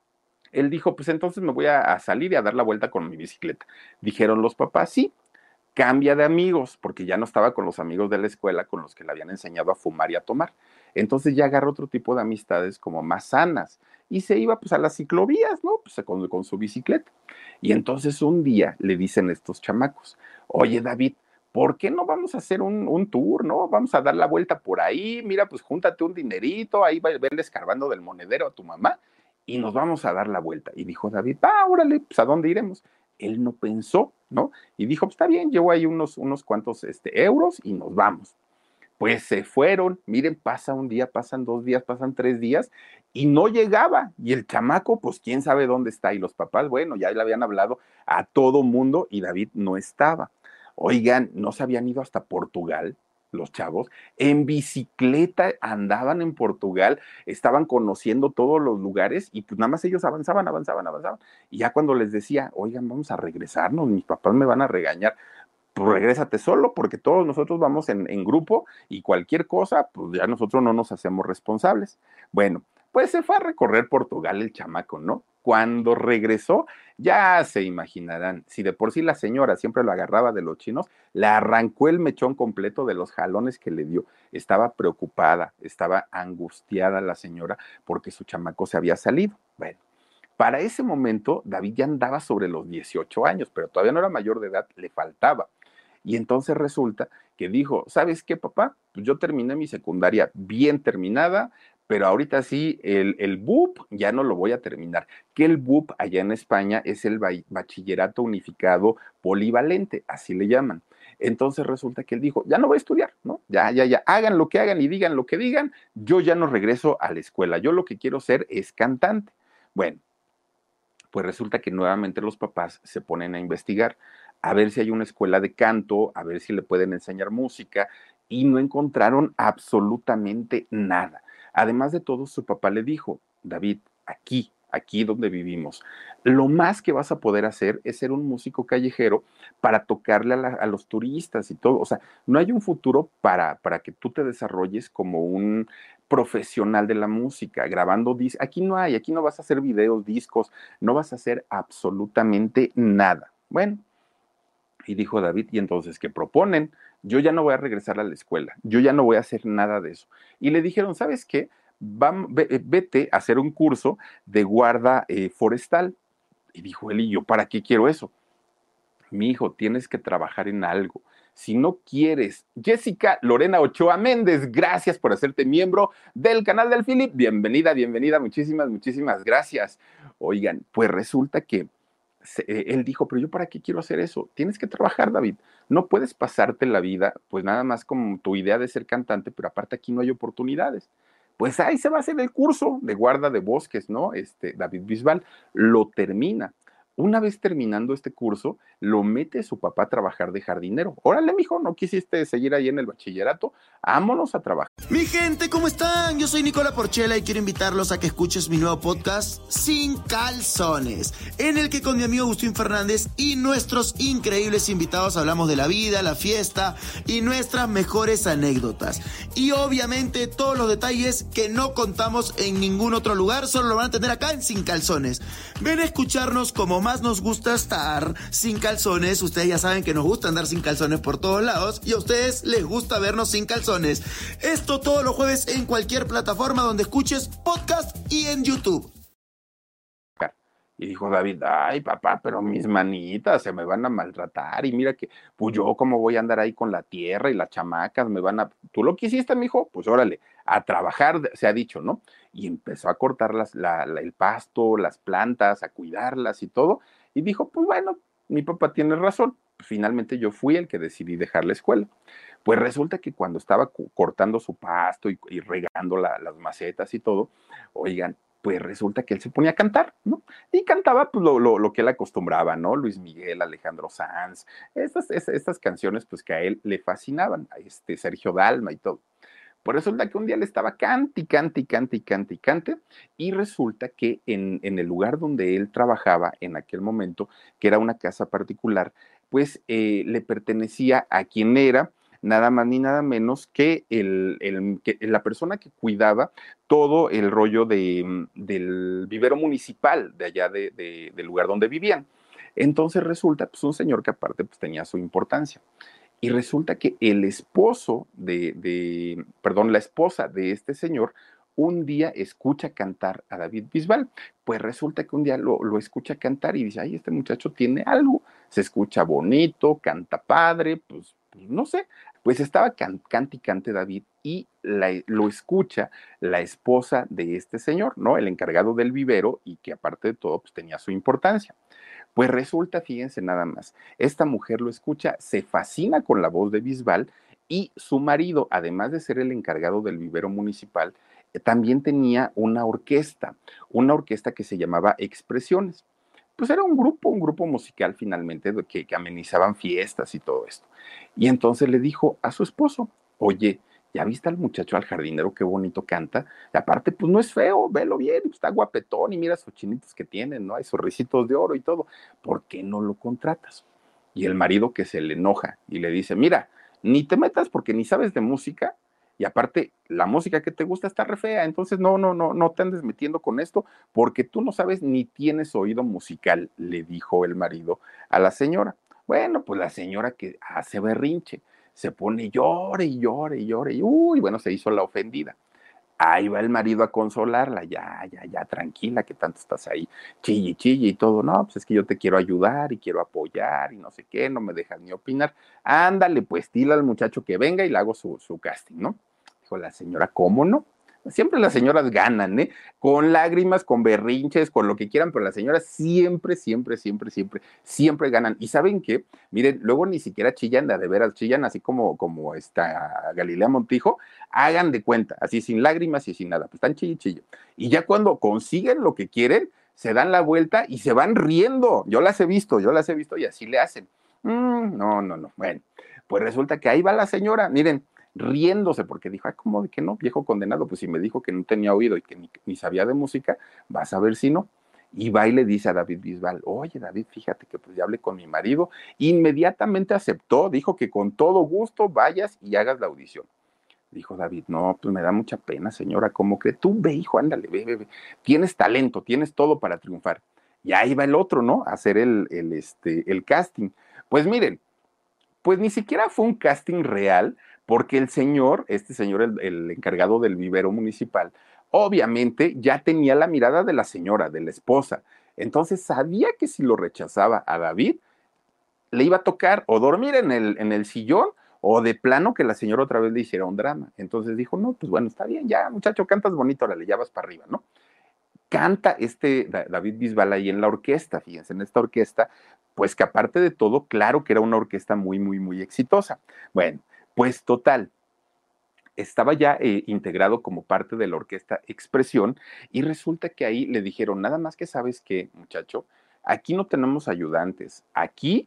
[SPEAKER 1] Él dijo, pues entonces me voy a salir y a dar la vuelta con mi bicicleta. Dijeron los papás, sí, cambia de amigos, porque ya no estaba con los amigos de la escuela con los que le habían enseñado a fumar y a tomar. Entonces ya agarró otro tipo de amistades como más sanas y se iba pues a las ciclovías, ¿no? Pues con su bicicleta. Y entonces un día le dicen estos chamacos, oye David, ¿por qué no vamos a hacer un tour, no? Vamos a dar la vuelta por ahí, mira, pues júntate un dinerito, ahí va a verle escarbando del monedero a tu mamá y nos vamos a dar la vuelta. Y dijo David, órale, pues ¿a dónde iremos? Él no pensó, ¿no? Y dijo, pues está bien, llevo ahí unos cuantos euros y nos vamos. Pues se fueron, miren, pasa un día, pasan 2 días, pasan 3 días y no llegaba. Y el chamaco, pues quién sabe dónde está. Y los papás, bueno, ya le habían hablado a todo mundo y David no estaba. Oigan, ¿no se habían ido hasta Portugal? Los chavos, en bicicleta andaban en Portugal, estaban conociendo todos los lugares y pues nada más ellos avanzaban, avanzaban, avanzaban. Y ya cuando les decía, oigan, vamos a regresarnos, mis papás me van a regañar, pues regrésate solo, porque todos nosotros vamos en grupo y cualquier cosa, pues ya nosotros no nos hacemos responsables. Bueno, pues se fue a recorrer Portugal el chamaco, ¿no? Cuando regresó, ya se imaginarán, si de por sí la señora siempre lo agarraba de los chinos, le arrancó el mechón completo de los jalones que le dio. Estaba preocupada, estaba angustiada la señora porque su chamaco se había salido. Bueno, para ese momento David ya andaba sobre los 18 años, pero todavía no era mayor de edad, le faltaba. Y entonces resulta que dijo, ¿sabes qué, papá? Pues yo terminé mi secundaria bien terminada, pero ahorita sí, el BUP ya no lo voy a terminar. Que el BUP allá en España es el Bachillerato Unificado Polivalente, así le llaman. Entonces resulta que él dijo, ya no voy a estudiar, ¿no? Ya, hagan lo que hagan y digan lo que digan, yo ya no regreso a la escuela, yo lo que quiero ser es cantante. Bueno, Pues resulta que nuevamente los papás se ponen a investigar, a ver si hay una escuela de canto, a ver si le pueden enseñar música, y no encontraron absolutamente nada. Además de todo, su papá le dijo, David, aquí donde vivimos, lo más que vas a poder hacer es ser un músico callejero para tocarle a los turistas y todo. O sea, no hay un futuro para que tú te desarrolles como un profesional de la música, grabando discos. Aquí no vas a hacer videos, discos, no vas a hacer absolutamente nada. Bueno, y dijo David, ¿y entonces qué proponen? Yo ya no voy a regresar a la escuela, yo ya no voy a hacer nada de eso. Y le dijeron, ¿sabes qué? Vete a hacer un curso de guarda forestal. Y dijo él, ¿y yo para qué quiero eso? Mi hijo, tienes que trabajar en algo. Si no quieres, Jessica Lorena Ochoa Méndez, gracias por hacerte miembro del canal del Philip. Bienvenida, bienvenida, muchísimas gracias. Oigan, pues resulta que él dijo, pero yo para qué quiero hacer eso? Tienes que trabajar, David. No puedes pasarte la vida, pues nada más como tu idea de ser cantante, pero aparte aquí no hay oportunidades. Pues ahí se va a hacer el curso de guarda de bosques, ¿no? David Bisbal lo termina. Una vez terminando este curso, lo mete su papá a trabajar de jardinero. Órale, mijo, ¿no quisiste seguir ahí en el bachillerato? Vámonos a trabajar.
[SPEAKER 2] Mi gente, ¿cómo están? Yo soy Nicola Porchela y quiero invitarlos a que escuches mi nuevo podcast Sin Calzones, en el que con mi amigo Agustín Fernández y nuestros increíbles invitados hablamos de la vida, la fiesta y nuestras mejores anécdotas. Y obviamente todos los detalles que no contamos en ningún otro lugar, solo lo van a tener acá en Sin Calzones. Ven a escucharnos como más nos gusta estar sin calzones. Ustedes ya saben que nos gusta andar sin calzones por todos lados y a ustedes les gusta vernos sin calzones. Esto todos los jueves en cualquier plataforma donde escuches podcast y en YouTube.
[SPEAKER 1] Y dijo David, ay papá, pero mis manitas se me van a maltratar y mira que, pues yo cómo voy a andar ahí con la tierra y las chamacas me van a, ¿tú lo quisiste, mijo? Pues órale, a trabajar, se ha dicho, ¿no? Y empezó a cortar el pasto, las plantas, a cuidarlas y todo, y dijo, pues bueno, mi papá tiene razón. Finalmente yo fui el que decidí dejar la escuela. Pues resulta que cuando estaba cortando su pasto y regando las macetas y todo, oigan, pues resulta que él se ponía a cantar, ¿no? Y cantaba pues lo que él acostumbraba, ¿no? Luis Miguel, Alejandro Sanz, estas canciones pues que a él le fascinaban, a Sergio Dalma y todo. Pues resulta que un día le estaba cante, y resulta que en el lugar donde él trabajaba en aquel momento, que era una casa particular, pues le pertenecía a quien era nada más ni nada menos que, que la persona que cuidaba todo el rollo del vivero municipal de allá del lugar donde vivían. Entonces resulta, pues un señor que aparte pues tenía su importancia. Y resulta que el esposo perdón, la esposa de este señor, un día escucha cantar a David Bisbal. Pues resulta que un día lo escucha cantar y dice, ay, este muchacho tiene algo, se escucha bonito, canta padre, pues no sé. Pues estaba cante y cante David y lo escucha la esposa de este señor, ¿no? El encargado del vivero y que aparte de todo, pues tenía su importancia. Pues resulta, fíjense nada más, esta mujer lo escucha, se fascina con la voz de Bisbal y su marido, además de ser el encargado del vivero municipal, también tenía una orquesta que se llamaba Expresiones. Pues era un grupo musical finalmente que amenizaban fiestas y todo esto. Y entonces le dijo a su esposo, oye, ¿ya viste al muchacho, al jardinero, qué bonito canta? Y aparte, pues no es feo, velo bien, pues, está guapetón y mira sus chinitos que tienen, ¿no? Hay sus risitos de oro y todo. ¿Por qué no lo contratas? Y el marido que se le enoja y le dice, mira, ni te metas porque ni sabes de música y aparte la música que te gusta está re fea, entonces no te andes metiendo con esto porque tú no sabes ni tienes oído musical, le dijo el marido a la señora. Bueno, pues la señora que hace berrinche, se pone llore, y uy, bueno, se hizo la ofendida. Ahí va el marido a consolarla, ya, tranquila, que tanto estás ahí, chille y todo, no, pues es que yo te quiero ayudar y quiero apoyar y no sé qué, no me dejas ni opinar, ándale, pues dile al muchacho que venga y le hago su casting, ¿no? Dijo la señora, ¿cómo no? Siempre las señoras ganan, ¿eh? Con lágrimas, con berrinches, con lo que quieran, pero las señoras siempre ganan. ¿Y saben qué? Miren, luego ni siquiera chillan, de veras chillan, así como esta Galilea Montijo, hagan de cuenta, así sin lágrimas y sin nada, pues están chille. Y ya cuando consiguen lo que quieren, se dan la vuelta y se van riendo. Yo las he visto y así le hacen. No, no, no. Bueno, pues resulta que ahí va la señora, miren, riéndose, porque dijo, ay, ¿cómo de que no? Viejo condenado, pues si me dijo que no tenía oído y que ni sabía de música, vas a ver si no. Y va y le dice a David Bisbal, oye David, fíjate que pues ya hablé con mi marido, inmediatamente aceptó, dijo que con todo gusto vayas y hagas la audición. Dijo David, no, pues me da mucha pena, señora, ¿cómo cree? Tú ve, hijo, ándale, ve, ve, ve. Tienes talento, tienes todo para triunfar. Y ahí va el otro, ¿no? A hacer el casting. Pues miren, pues ni siquiera fue un casting real, porque el señor, este señor, el encargado del vivero municipal, obviamente ya tenía la mirada de la señora, de la esposa. Entonces sabía que si lo rechazaba a David, le iba a tocar o dormir en el sillón o de plano que la señora otra vez le hiciera un drama. Entonces dijo, no, pues bueno, está bien, ya, muchacho, cantas bonito, ahora le llevas para arriba, ¿no? Canta David Bisbal ahí en la orquesta, fíjense, en esta orquesta, pues que aparte de todo, claro que era una orquesta muy, muy, muy exitosa. Bueno, pues total, estaba ya integrado como parte de la orquesta Expresión y resulta que ahí le dijeron, nada más que sabes que, muchacho, aquí no tenemos ayudantes, aquí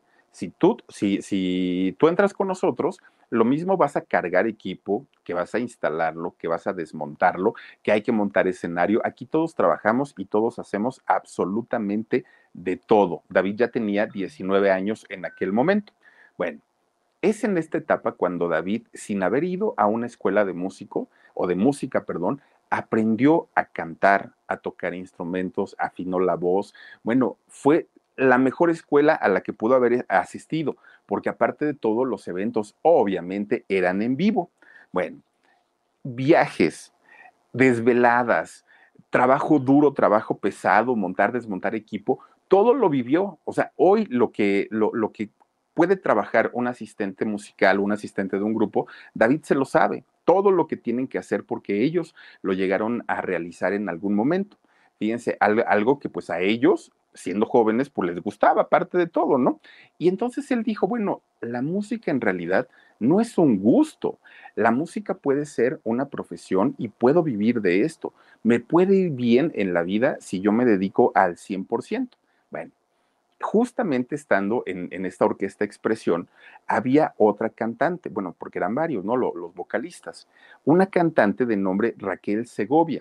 [SPEAKER 1] si tú entras con nosotros, lo mismo vas a cargar equipo, que vas a instalarlo, que vas a desmontarlo, que hay que montar escenario. Aquí todos trabajamos y todos hacemos absolutamente de todo. David ya tenía 19 años en aquel momento. Bueno, es en esta etapa cuando David, sin haber ido a una escuela de músico o de música, perdón, aprendió a cantar, a tocar instrumentos, afinó la voz. Bueno, fue la mejor escuela a la que pudo haber asistido, porque aparte de todo, los eventos obviamente eran en vivo. Bueno, viajes, desveladas, trabajo duro, trabajo pesado, montar, desmontar equipo, todo lo vivió. O sea, hoy lo que puede trabajar un asistente musical, un asistente de un grupo, David se lo sabe, todo lo que tienen que hacer porque ellos lo llegaron a realizar en algún momento. Fíjense, algo que pues a ellos, siendo jóvenes, pues les gustaba, aparte de todo, ¿no? Y entonces él dijo, bueno, la música en realidad no es un gusto, la música puede ser una profesión y puedo vivir de esto. Me puede ir bien en la vida si yo me dedico al 100%. Bueno, justamente estando en esta orquesta Expresión, había otra cantante, bueno, porque eran varios, ¿no? Los vocalistas. Una cantante de nombre Raquel Segovia.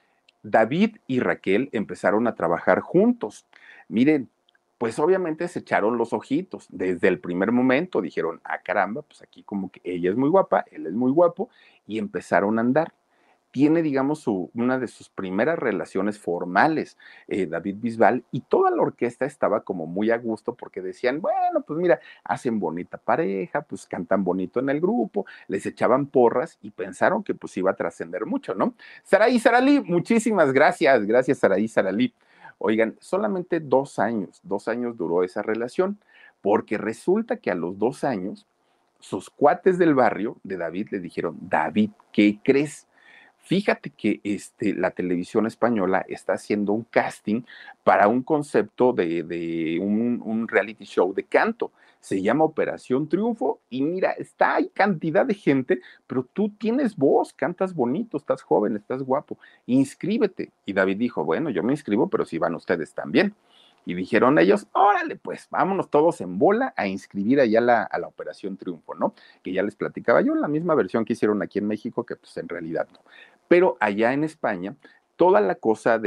[SPEAKER 1] David y Raquel empezaron a trabajar juntos. Miren, pues obviamente se echaron los ojitos. Desde el primer momento dijeron, ah, caramba, pues aquí como que ella es muy guapa, él es muy guapo, y empezaron a andar. Tiene, digamos, una de sus primeras relaciones formales, David Bisbal, y toda la orquesta estaba como muy a gusto porque decían, bueno, pues mira, hacen bonita pareja, pues cantan bonito en el grupo, les echaban porras y pensaron que pues iba a trascender mucho, ¿no? Saraí Saralí, muchísimas gracias, gracias Saraí Saralí. Oigan, solamente 2 años duró esa relación, porque resulta que a los 2 años, sus cuates del barrio de David le dijeron, David, ¿qué crees? Fíjate que la televisión española está haciendo un casting para un concepto de un reality show de canto. Se llama Operación Triunfo y mira, hay cantidad de gente, pero tú tienes voz, cantas bonito, estás joven, estás guapo, inscríbete. Y David dijo, bueno, yo me inscribo, pero si van ustedes también. Y dijeron ellos, órale, pues vámonos todos en bola a inscribir allá a la Operación Triunfo, ¿no? Que ya les platicaba yo, la misma versión que hicieron aquí en México, que pues en realidad no. Pero allá en España, toda la cosa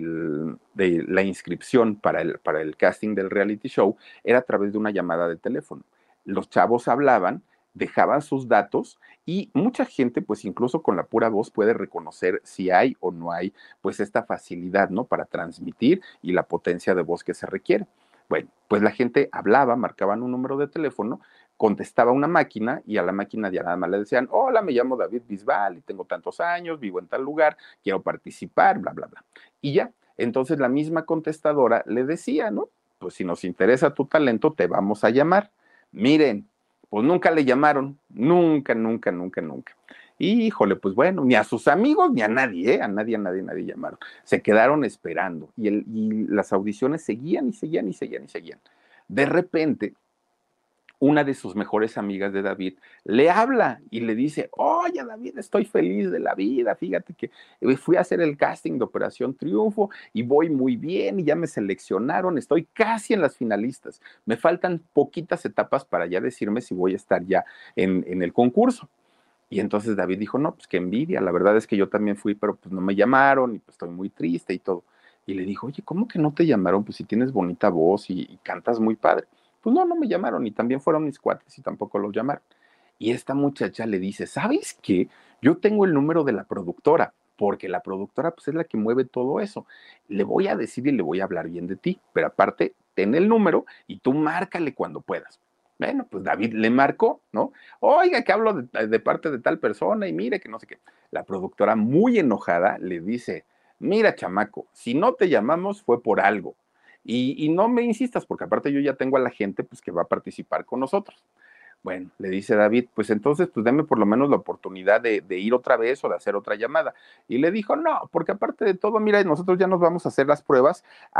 [SPEAKER 1] de la inscripción para el casting del reality show era a través de una llamada de teléfono. Los chavos hablaban, dejaban sus datos y mucha gente, pues incluso con la pura voz puede reconocer si hay o no hay, pues esta facilidad, ¿no? Para transmitir y la potencia de voz que se requiere. Bueno, pues la gente hablaba, marcaban un número de teléfono, contestaba una máquina y a la máquina ya nada más le decían, hola, me llamo David Bisbal y tengo tantos años, vivo en tal lugar, quiero participar, bla, bla, bla. Y ya, entonces la misma contestadora le decía, ¿no? Pues si nos interesa tu talento, te vamos a llamar. Miren, pues nunca le llamaron, nunca, nunca, nunca, nunca. Y, híjole, pues bueno, ni a sus amigos ni a nadie, ¿eh? A nadie, a nadie, a nadie llamaron. Se quedaron esperando y las audiciones seguían y seguían y seguían y seguían. De repente, una de sus mejores amigas de David le habla y le dice, oye David, estoy feliz de la vida, fíjate que fui a hacer el casting de Operación Triunfo y voy muy bien y ya me seleccionaron, estoy casi en las finalistas, me faltan poquitas etapas para ya decirme si voy a estar ya en el concurso. Y entonces David dijo, no, pues qué envidia, la verdad es que yo también fui, pero pues no me llamaron y pues estoy muy triste y todo. Y le dijo, oye, ¿cómo que no te llamaron? Pues si tienes bonita voz y cantas muy padre. Pues no, no me llamaron y también fueron mis cuates y tampoco los llamaron. Y esta muchacha le dice, ¿sabes qué? Yo tengo el número de la productora, porque la productora pues es la que mueve todo eso. Le voy a decir y le voy a hablar bien de ti, pero aparte, ten el número y tú márcale cuando puedas. Bueno, pues David le marcó, ¿no? Oiga, que hablo de parte de tal persona y mire que no sé qué. La productora, muy enojada, le dice, mira, chamaco, si no te llamamos fue por algo. Y no me insistas, porque aparte yo ya tengo a la gente pues, que va a participar con nosotros. Bueno, le dice David, pues entonces, pues dame por lo menos la oportunidad de ir otra vez o de hacer otra llamada. Y le dijo, no, porque aparte de todo, mira, nosotros ya nos vamos a hacer las pruebas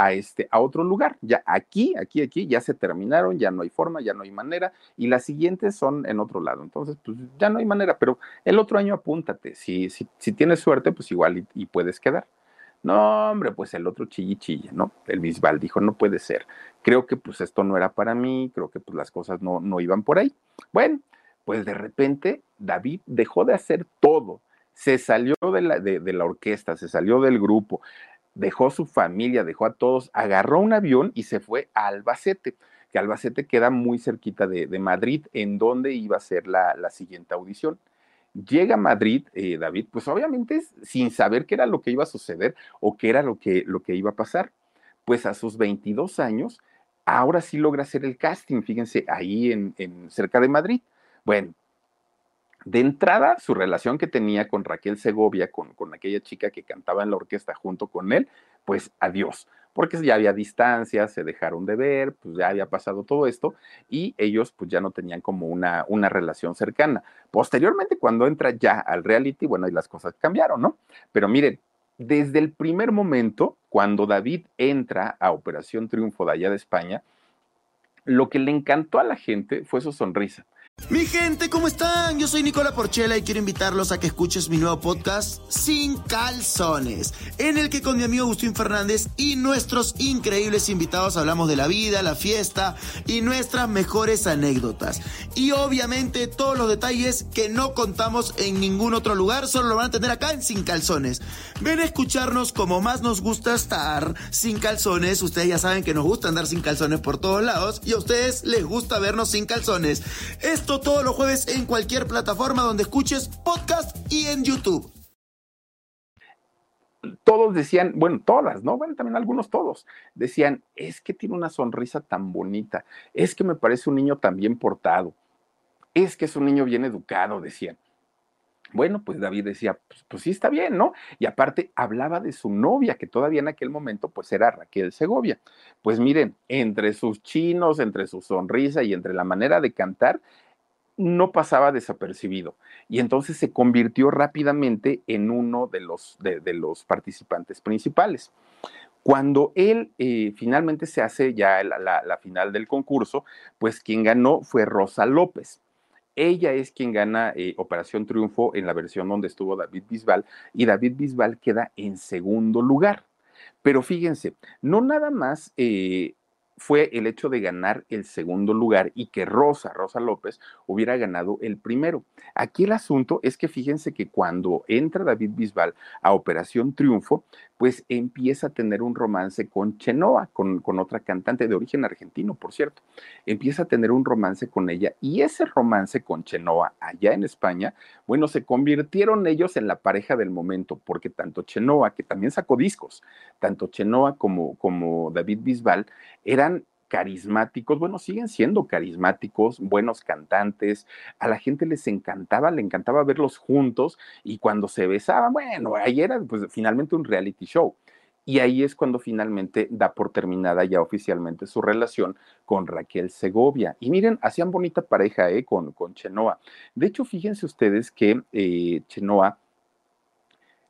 [SPEAKER 1] a otro lugar. Ya aquí, ya se terminaron, ya no hay forma, ya no hay manera. Y las siguientes son en otro lado. Entonces, pues ya no hay manera, pero el otro año apúntate. Si tienes suerte, pues igual y puedes quedar. No, hombre, pues el otro chille, ¿no? El Bisbal dijo, no puede ser. Creo que pues esto no era para mí, creo que pues las cosas no iban por ahí. Bueno, pues de repente David dejó de hacer todo, se salió de la orquesta, se salió del grupo, dejó su familia, dejó a todos, agarró un avión y se fue a Albacete, que Albacete queda muy cerquita de Madrid, en donde iba a ser la siguiente audición. Llega a Madrid, David, pues obviamente sin saber qué era lo que iba a suceder o qué era lo que iba a pasar. Pues a sus 22 años, ahora sí logra hacer el casting, fíjense, ahí cerca de Madrid. Bueno, de entrada, su relación que tenía con Raquel Segovia, con aquella chica que cantaba en la orquesta junto con él, pues adiós, porque ya había distancia, se dejaron de ver, pues ya había pasado todo esto y ellos pues ya no tenían como una relación cercana. Posteriormente, cuando entra ya al reality, bueno, y las cosas cambiaron, ¿no? Pero miren, desde el primer momento, cuando David entra a Operación Triunfo de allá de España, lo que le encantó a la gente fue su sonrisa.
[SPEAKER 2] Mi gente, ¿cómo están? Yo soy Nicola Porchela y quiero invitarlos a que escuches mi nuevo podcast Sin Calzones, en el que con mi amigo Agustín Fernández y nuestros increíbles invitados hablamos de la vida, la fiesta y nuestras mejores anécdotas. Y obviamente todos los detalles que no contamos en ningún otro lugar, solo lo van a tener acá en Sin Calzones. Ven a escucharnos como más nos gusta estar sin calzones. Ustedes ya saben que nos gusta andar sin calzones por todos lados y a ustedes les gusta vernos sin calzones. Esto todos los jueves en cualquier plataforma donde escuches podcast y en YouTube.
[SPEAKER 1] Todos decían, bueno, todas, ¿no? Bueno, también algunos todos, decían, es que tiene una sonrisa tan bonita, es que me parece un niño tan bien portado, es que es un niño bien educado, decían. Bueno, pues David decía, pues sí está bien, ¿no? Y aparte hablaba de su novia, que todavía en aquel momento pues era Raquel Segovia. Pues miren, entre sus chinos, entre su sonrisa y entre la manera de cantar, no pasaba desapercibido y entonces se convirtió rápidamente en uno de los participantes principales. Cuando él finalmente se hace ya la final del concurso, pues quien ganó fue Rosa López. Ella es quien gana Operación Triunfo en la versión donde estuvo David Bisbal y David Bisbal queda en segundo lugar. Pero fíjense, no nada más fue el hecho de ganar el segundo lugar y que Rosa López, hubiera ganado el primero. Aquí el asunto es que fíjense que cuando entra David Bisbal a Operación Triunfo, pues empieza a tener un romance con Chenoa, con otra cantante de origen argentino, por cierto. Empieza a tener un romance con ella y ese romance con Chenoa allá en España, bueno, se convirtieron ellos en la pareja del momento, porque tanto Chenoa, que también sacó discos, tanto Chenoa como David Bisbal eran carismáticos, bueno, siguen siendo carismáticos, buenos cantantes, a la gente les encantaba, le encantaba verlos juntos y cuando se besaban, bueno, ahí era pues finalmente un reality show. Y ahí es cuando finalmente da por terminada ya oficialmente su relación con Raquel Segovia. Y miren, hacían bonita pareja con Chenoa. De hecho, fíjense ustedes que Chenoa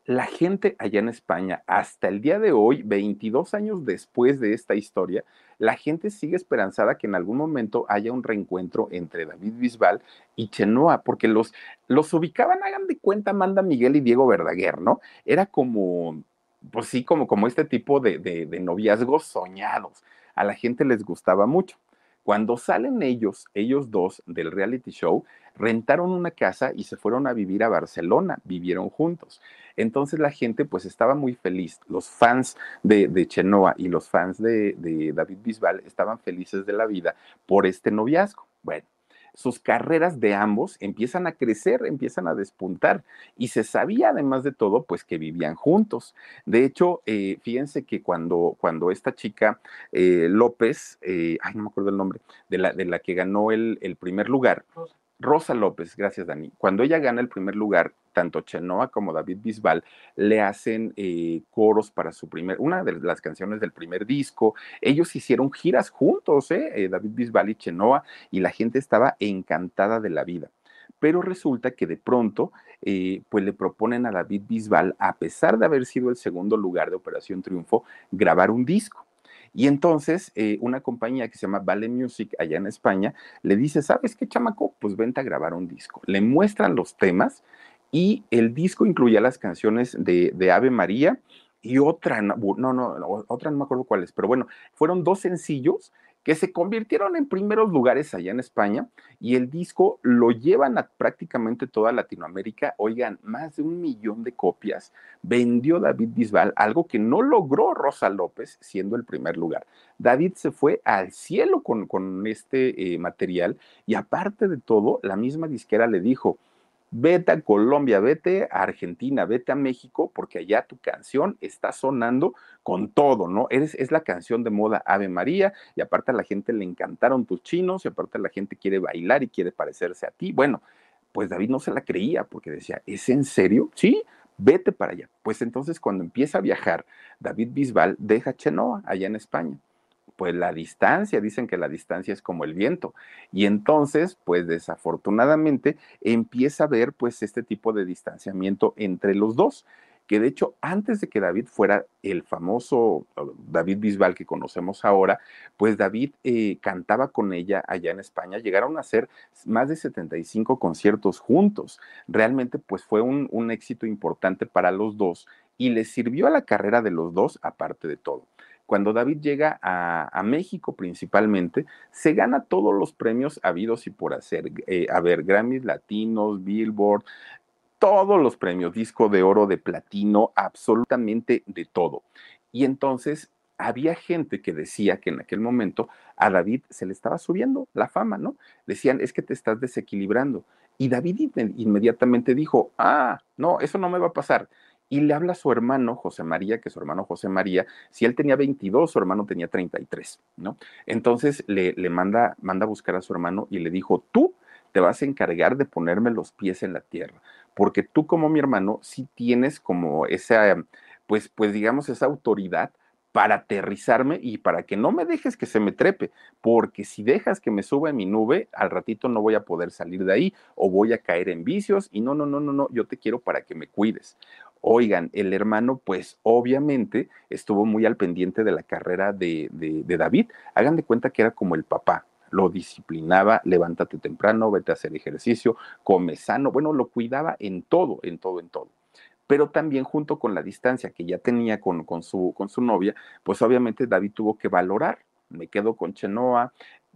[SPEAKER 1] La gente allá en España, hasta el día de hoy, 22 años después de esta historia, la gente sigue esperanzada que en algún momento haya un reencuentro entre David Bisbal y Chenoa, porque los ubicaban, hagan de cuenta, Amanda Miguel y Diego Verdaguer, ¿no? Era como, pues sí, como este tipo de noviazgos soñados. A la gente les gustaba mucho. Cuando salen ellos dos del reality show, rentaron una casa y se fueron a vivir a Barcelona, vivieron juntos. Entonces la gente pues estaba muy feliz. Los fans de Chenoa y los fans de David Bisbal estaban felices de la vida por este noviazgo. Bueno, sus carreras de ambos empiezan a crecer, empiezan a despuntar y se sabía además de todo pues que vivían juntos. De hecho, fíjense que cuando esta chica López, ay no me acuerdo el nombre, de la que ganó el primer lugar, Rosa López, gracias Dani. Cuando ella gana el primer lugar, tanto Chenoa como David Bisbal le hacen coros para una de las canciones del primer disco. Ellos hicieron giras juntos, David Bisbal y Chenoa, y la gente estaba encantada de la vida. Pero resulta que de pronto, pues le proponen a David Bisbal, a pesar de haber sido el segundo lugar de Operación Triunfo, grabar un disco. Y entonces una compañía que se llama Vale Music allá en España le dice, ¿sabes qué, chamaco? Pues vente a grabar un disco. Le muestran los temas y el disco incluía las canciones de Ave María y otra, otra no me acuerdo cuáles, pero bueno, fueron dos sencillos que se convirtieron en primeros lugares allá en España y el disco lo llevan a prácticamente toda Latinoamérica. Oigan, más de 1 millón de copias vendió David Bisbal, algo que no logró Rosa López siendo el primer lugar. David se fue al cielo con este material y aparte de todo, la misma disquera le dijo, vete a Colombia, vete a Argentina, vete a México, porque allá tu canción está sonando con todo, ¿no? Es la canción de moda Ave María, y aparte a la gente le encantaron tus chinos, y aparte la gente quiere bailar y quiere parecerse a ti. Bueno, pues David no se la creía, porque decía, ¿es en serio? Sí, vete para allá. Pues entonces cuando empieza a viajar, David Bisbal deja Chenoa allá en España, pues la distancia, dicen que la distancia es como el viento. Y entonces, pues desafortunadamente empieza a haber pues este tipo de distanciamiento entre los dos, que de hecho antes de que David fuera el famoso David Bisbal que conocemos ahora, pues David cantaba con ella allá en España, llegaron a hacer más de 75 conciertos juntos. Realmente pues fue un éxito importante para los dos y les sirvió a la carrera de los dos aparte de todo. Cuando David llega a México principalmente, se gana todos los premios habidos y por hacer. A ver, Grammys Latinos, Billboard, todos los premios, disco de oro, de platino, absolutamente de todo. Y entonces había gente que decía que en aquel momento a David se le estaba subiendo la fama, ¿no? Decían, es que te estás desequilibrando. Y David inmediatamente dijo, no, eso no me va a pasar. Y le habla a su hermano José María, que su hermano José María, si él tenía 22, su hermano tenía 33, ¿no? Entonces le manda a buscar a su hermano y le dijo, tú te vas a encargar de ponerme los pies en la tierra, porque tú como mi hermano sí tienes como esa, pues digamos, esa autoridad para aterrizarme y para que no me dejes que se me trepe, porque si dejas que me suba en mi nube, al ratito no voy a poder salir de ahí o voy a caer en vicios y no, yo te quiero para que me cuides. Oigan, el hermano, pues obviamente estuvo muy al pendiente de la carrera de David. Hagan de cuenta que era como el papá, lo disciplinaba, levántate temprano, vete a hacer ejercicio, come sano, bueno, lo cuidaba en todo, en todo, en todo. Pero también junto con la distancia que ya tenía con su novia, pues obviamente David tuvo que valorar, me quedo con Chenoa,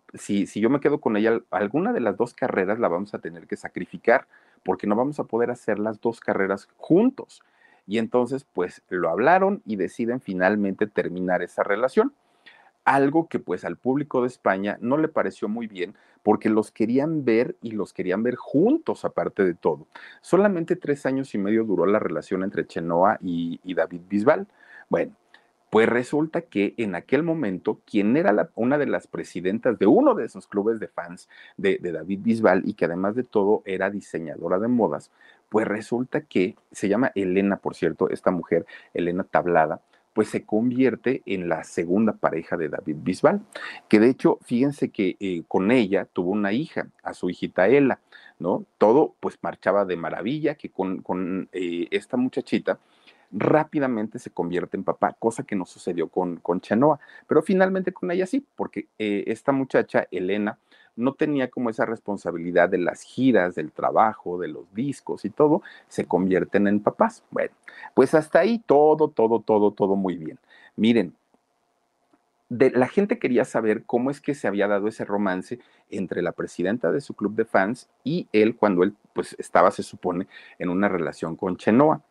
[SPEAKER 1] si yo me quedo con ella, alguna de las dos carreras la vamos a tener que sacrificar, porque no vamos a poder hacer las dos carreras juntos. Y entonces, pues lo hablaron y deciden finalmente terminar esa relación, algo que pues al público de España no le pareció muy bien porque los querían ver y los querían ver juntos aparte de todo. Solamente 3 años y medio duró la relación entre Chenoa y David Bisbal. Bueno, pues resulta que en aquel momento, quien era una de las presidentas de uno de esos clubes de fans de David Bisbal y que además de todo era diseñadora de modas, pues resulta que se llama Elena, por cierto, esta mujer, Elena Tablada, pues se convierte en la segunda pareja de David Bisbal, que de hecho, fíjense que con ella tuvo una hija, a su hijita Ela, ¿no? Todo pues marchaba de maravilla, que con esta muchachita, rápidamente se convierte en papá, cosa que no sucedió con Chenoa, pero finalmente con ella sí, porque esta muchacha, Elena, no tenía como esa responsabilidad de las giras, del trabajo, de los discos y todo, se convierten en papás. Bueno, pues hasta ahí todo muy bien. Miren, la gente quería saber cómo es que se había dado ese romance entre la presidenta de su club de fans y él cuando él pues estaba, se supone, en una relación con Chenoa.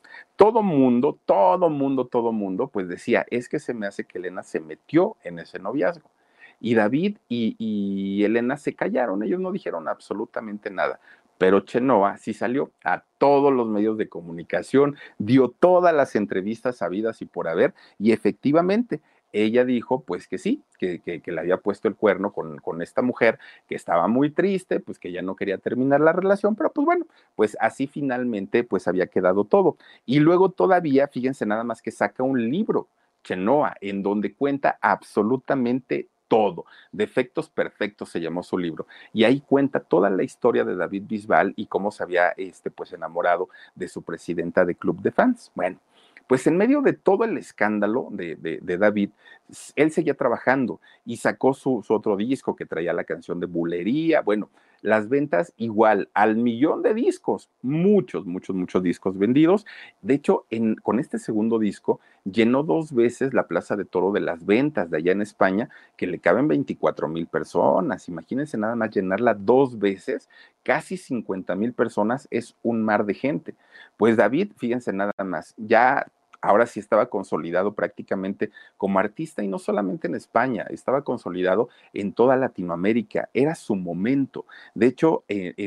[SPEAKER 1] Todo mundo, pues decía, es que se me hace que Elena se metió en ese noviazgo. Y David y Elena se callaron, ellos no dijeron absolutamente nada. Pero Chenoa sí salió a todos los medios de comunicación, dio todas las entrevistas habidas y por haber, y efectivamente ella dijo pues que sí, que le había puesto el cuerno con esta mujer, que estaba muy triste, pues que ya no quería terminar la relación, pero pues bueno, pues así finalmente pues había quedado todo. Y luego todavía, fíjense nada más que saca un libro, Chenoa, en donde cuenta absolutamente todo. Defectos Perfectos se llamó su libro. Y ahí cuenta toda la historia de David Bisbal y cómo se había pues enamorado de su presidenta de club de fans. Bueno, pues en medio de todo el escándalo de David, él seguía trabajando y sacó su otro disco que traía la canción de Bulería. Bueno, las ventas igual, al millón de discos, muchos discos vendidos. De hecho, con este segundo disco, llenó 2 veces la Plaza de Toro de las Ventas de allá en España, que le caben 24,000 personas. Imagínense nada más llenarla 2 veces, casi 50,000 personas, es un mar de gente. Pues David, fíjense nada más, ya ahora sí estaba consolidado prácticamente como artista y no solamente en España, estaba consolidado en toda Latinoamérica, era su momento. De hecho,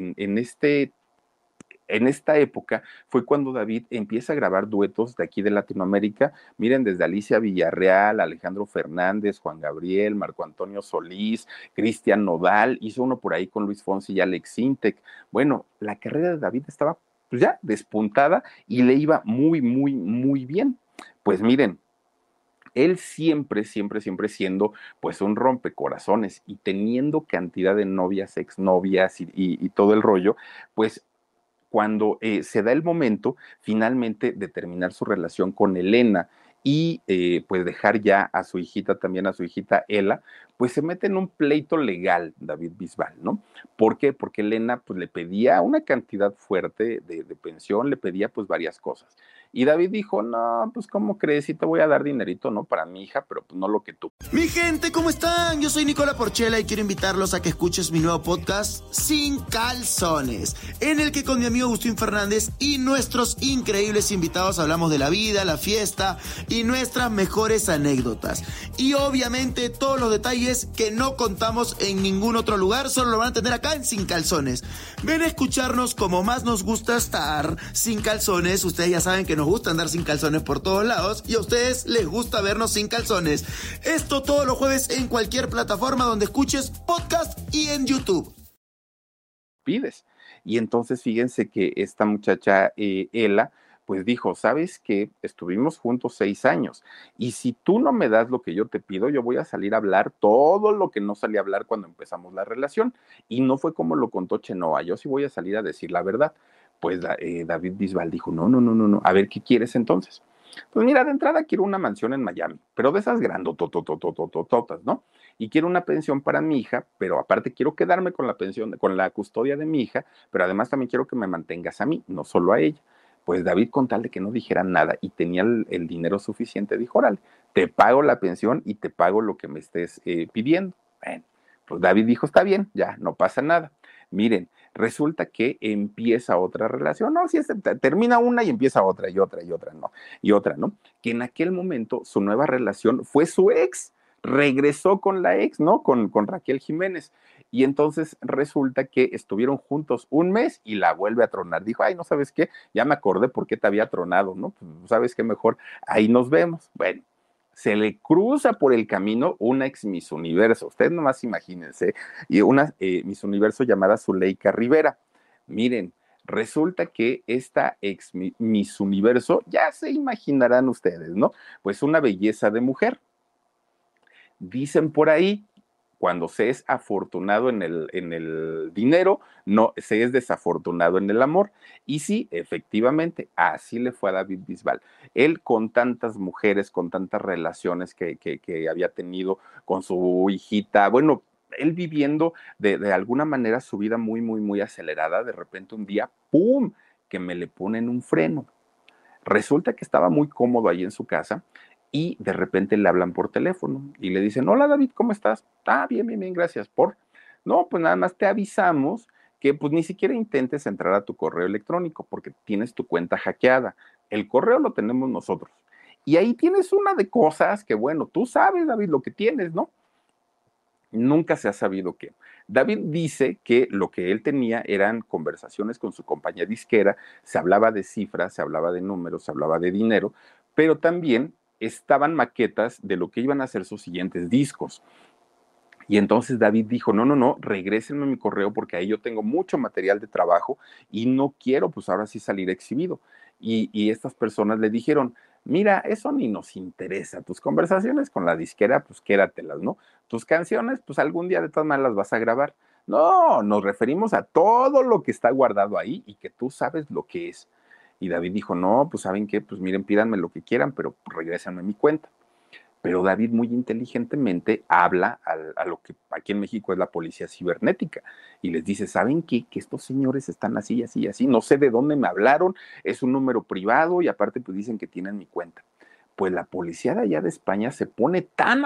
[SPEAKER 1] en esta época fue cuando David empieza a grabar duetos de aquí de Latinoamérica. Miren, desde Alicia Villarreal, Alejandro Fernández, Juan Gabriel, Marco Antonio Solís, Cristian Nodal, hizo uno por ahí con Luis Fonsi y Alex Sintek. Bueno, la carrera de David estaba pues ya despuntada y le iba muy bien. Pues miren, él siempre siendo pues un rompecorazones y teniendo cantidad de novias, exnovias y todo el rollo, pues cuando se da el momento finalmente de terminar su relación con Elena y pues dejar ya a su hijita, también a su hijita Ela, pues se mete en un pleito legal David Bisbal, ¿no? ¿Por qué? Porque Elena pues le pedía una cantidad fuerte de pensión, le pedía pues varias cosas. Y David dijo, no, pues ¿cómo crees? Sí te voy a dar dinerito, ¿no? Para mi hija, pero pues no lo que tú.
[SPEAKER 2] Mi gente, ¿cómo están? Yo soy Nicola Porchela y quiero invitarlos a que escuches mi nuevo podcast Sin Calzones, en el que con mi amigo Agustín Fernández y nuestros increíbles invitados hablamos de la vida, la fiesta y nuestras mejores anécdotas. Y obviamente todos los detalles que no contamos en ningún otro lugar, solo lo van a tener acá en Sin Calzones. Ven a escucharnos como más nos gusta estar sin calzones. Ustedes ya saben que nos gusta andar sin calzones por todos lados y a ustedes les gusta vernos sin calzones. Esto todos los jueves en cualquier plataforma donde escuches podcast y en YouTube.
[SPEAKER 1] Pides. Y entonces fíjense que esta muchacha, Ela, pues dijo, ¿sabes qué? Estuvimos juntos 6 años y si tú no me das lo que yo te pido, yo voy a salir a hablar todo lo que no salí a hablar cuando empezamos la relación. Y no fue como lo contó Chenoa, yo sí voy a salir a decir la verdad. Pues David Bisbal dijo, no, a ver, ¿qué quieres entonces? Pues mira, de entrada quiero una mansión en Miami, pero de esas grandotototototototas, ¿no? Y quiero una pensión para mi hija, pero aparte quiero quedarme con la pensión, con la custodia de mi hija, pero además también quiero que me mantengas a mí, no solo a ella. Pues David, con tal de que no dijera nada y tenía el dinero suficiente, dijo, órale, te pago la pensión y te pago lo que me estés pidiendo. Bueno, pues David dijo, está bien, ya, no pasa nada. Miren, resulta que empieza otra relación, no, si termina una y empieza otra y otra y otra, no, y otra, ¿no? Que en aquel momento su nueva relación fue su ex, regresó con la ex, ¿no? Con Raquel Jiménez. Y entonces resulta que estuvieron juntos un mes y la vuelve a tronar. Dijo, ay, no sabes qué, ya me acordé por qué te había tronado, ¿no? Pues, sabes qué mejor, ahí nos vemos. Bueno, se le cruza por el camino una ex Miss Universo, ustedes nomás imagínense, y una Miss Universo llamada Zuleika Rivera. Miren, resulta que esta ex Miss Universo, ya se imaginarán ustedes, ¿no? Pues una belleza de mujer. Dicen por ahí cuando se es afortunado en el dinero, no, se es desafortunado en el amor. Y sí, efectivamente, así le fue a David Bisbal. Él con tantas mujeres, con tantas relaciones que había tenido con su hijita, bueno, él viviendo de alguna manera su vida muy, muy, muy acelerada, de repente un día, ¡pum!, que me le ponen un freno. Resulta que estaba muy cómodo ahí en su casa y de repente le hablan por teléfono y le dicen, hola David, ¿cómo estás? Ah, bien, bien, bien, gracias. ¿Por? No, pues nada más te avisamos que pues ni siquiera intentes entrar a tu correo electrónico porque tienes tu cuenta hackeada. El correo lo tenemos nosotros. Y ahí tienes una de cosas que, bueno, tú sabes, David, lo que tienes, ¿no? Nunca se ha sabido qué. David dice que lo que él tenía eran conversaciones con su compañía disquera, se hablaba de cifras, se hablaba de números, se hablaba de dinero, pero también estaban maquetas de lo que iban a ser sus siguientes discos. Y entonces David dijo, no, no, no, regrésenme mi correo porque ahí yo tengo mucho material de trabajo y no quiero pues ahora sí salir exhibido. Y estas personas le dijeron, mira, eso ni nos interesa, tus conversaciones con la disquera, pues quédatelas, ¿no? Tus canciones, pues algún día de todas maneras las vas a grabar. No, nos referimos a todo lo que está guardado ahí y que tú sabes lo que es. Y David dijo, no, pues saben qué, pues miren, pídanme lo que quieran, pero regrésenme mi cuenta. Pero David muy inteligentemente habla a lo que aquí en México es la policía cibernética y les dice, ¿saben qué? Que estos señores están así, así, así, no sé de dónde me hablaron, es un número privado y aparte pues dicen que tienen mi cuenta. Pues la policía de allá de España se pone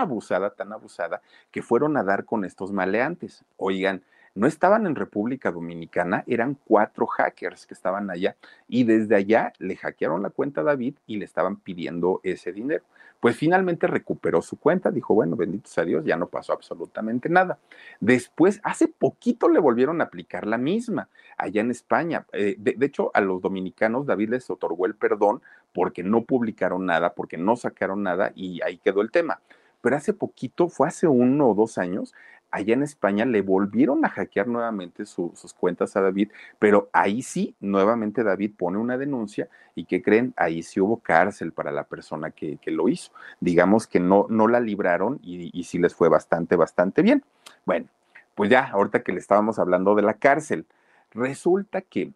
[SPEAKER 1] tan abusada, que fueron a dar con estos maleantes. Oigan, no estaban en República Dominicana, eran 4 hackers que estaban allá y desde allá le hackearon la cuenta a David y le estaban pidiendo ese dinero. Pues finalmente recuperó su cuenta, dijo, bueno, bendito sea Dios, ya no pasó absolutamente nada. Después, hace poquito le volvieron a aplicar la misma allá en España. De hecho, a los dominicanos David les otorgó el perdón porque no publicaron nada, porque no sacaron nada y ahí quedó el tema. Pero hace poquito, fue hace 1 o 2 años, allá en España le volvieron a hackear nuevamente sus cuentas a David, pero ahí sí, nuevamente David pone una denuncia y ¿qué creen? Ahí sí hubo cárcel para la persona que lo hizo. Digamos que no la libraron y sí les fue bastante, bastante bien. Bueno, pues ya, ahorita que le estábamos hablando de la cárcel, resulta que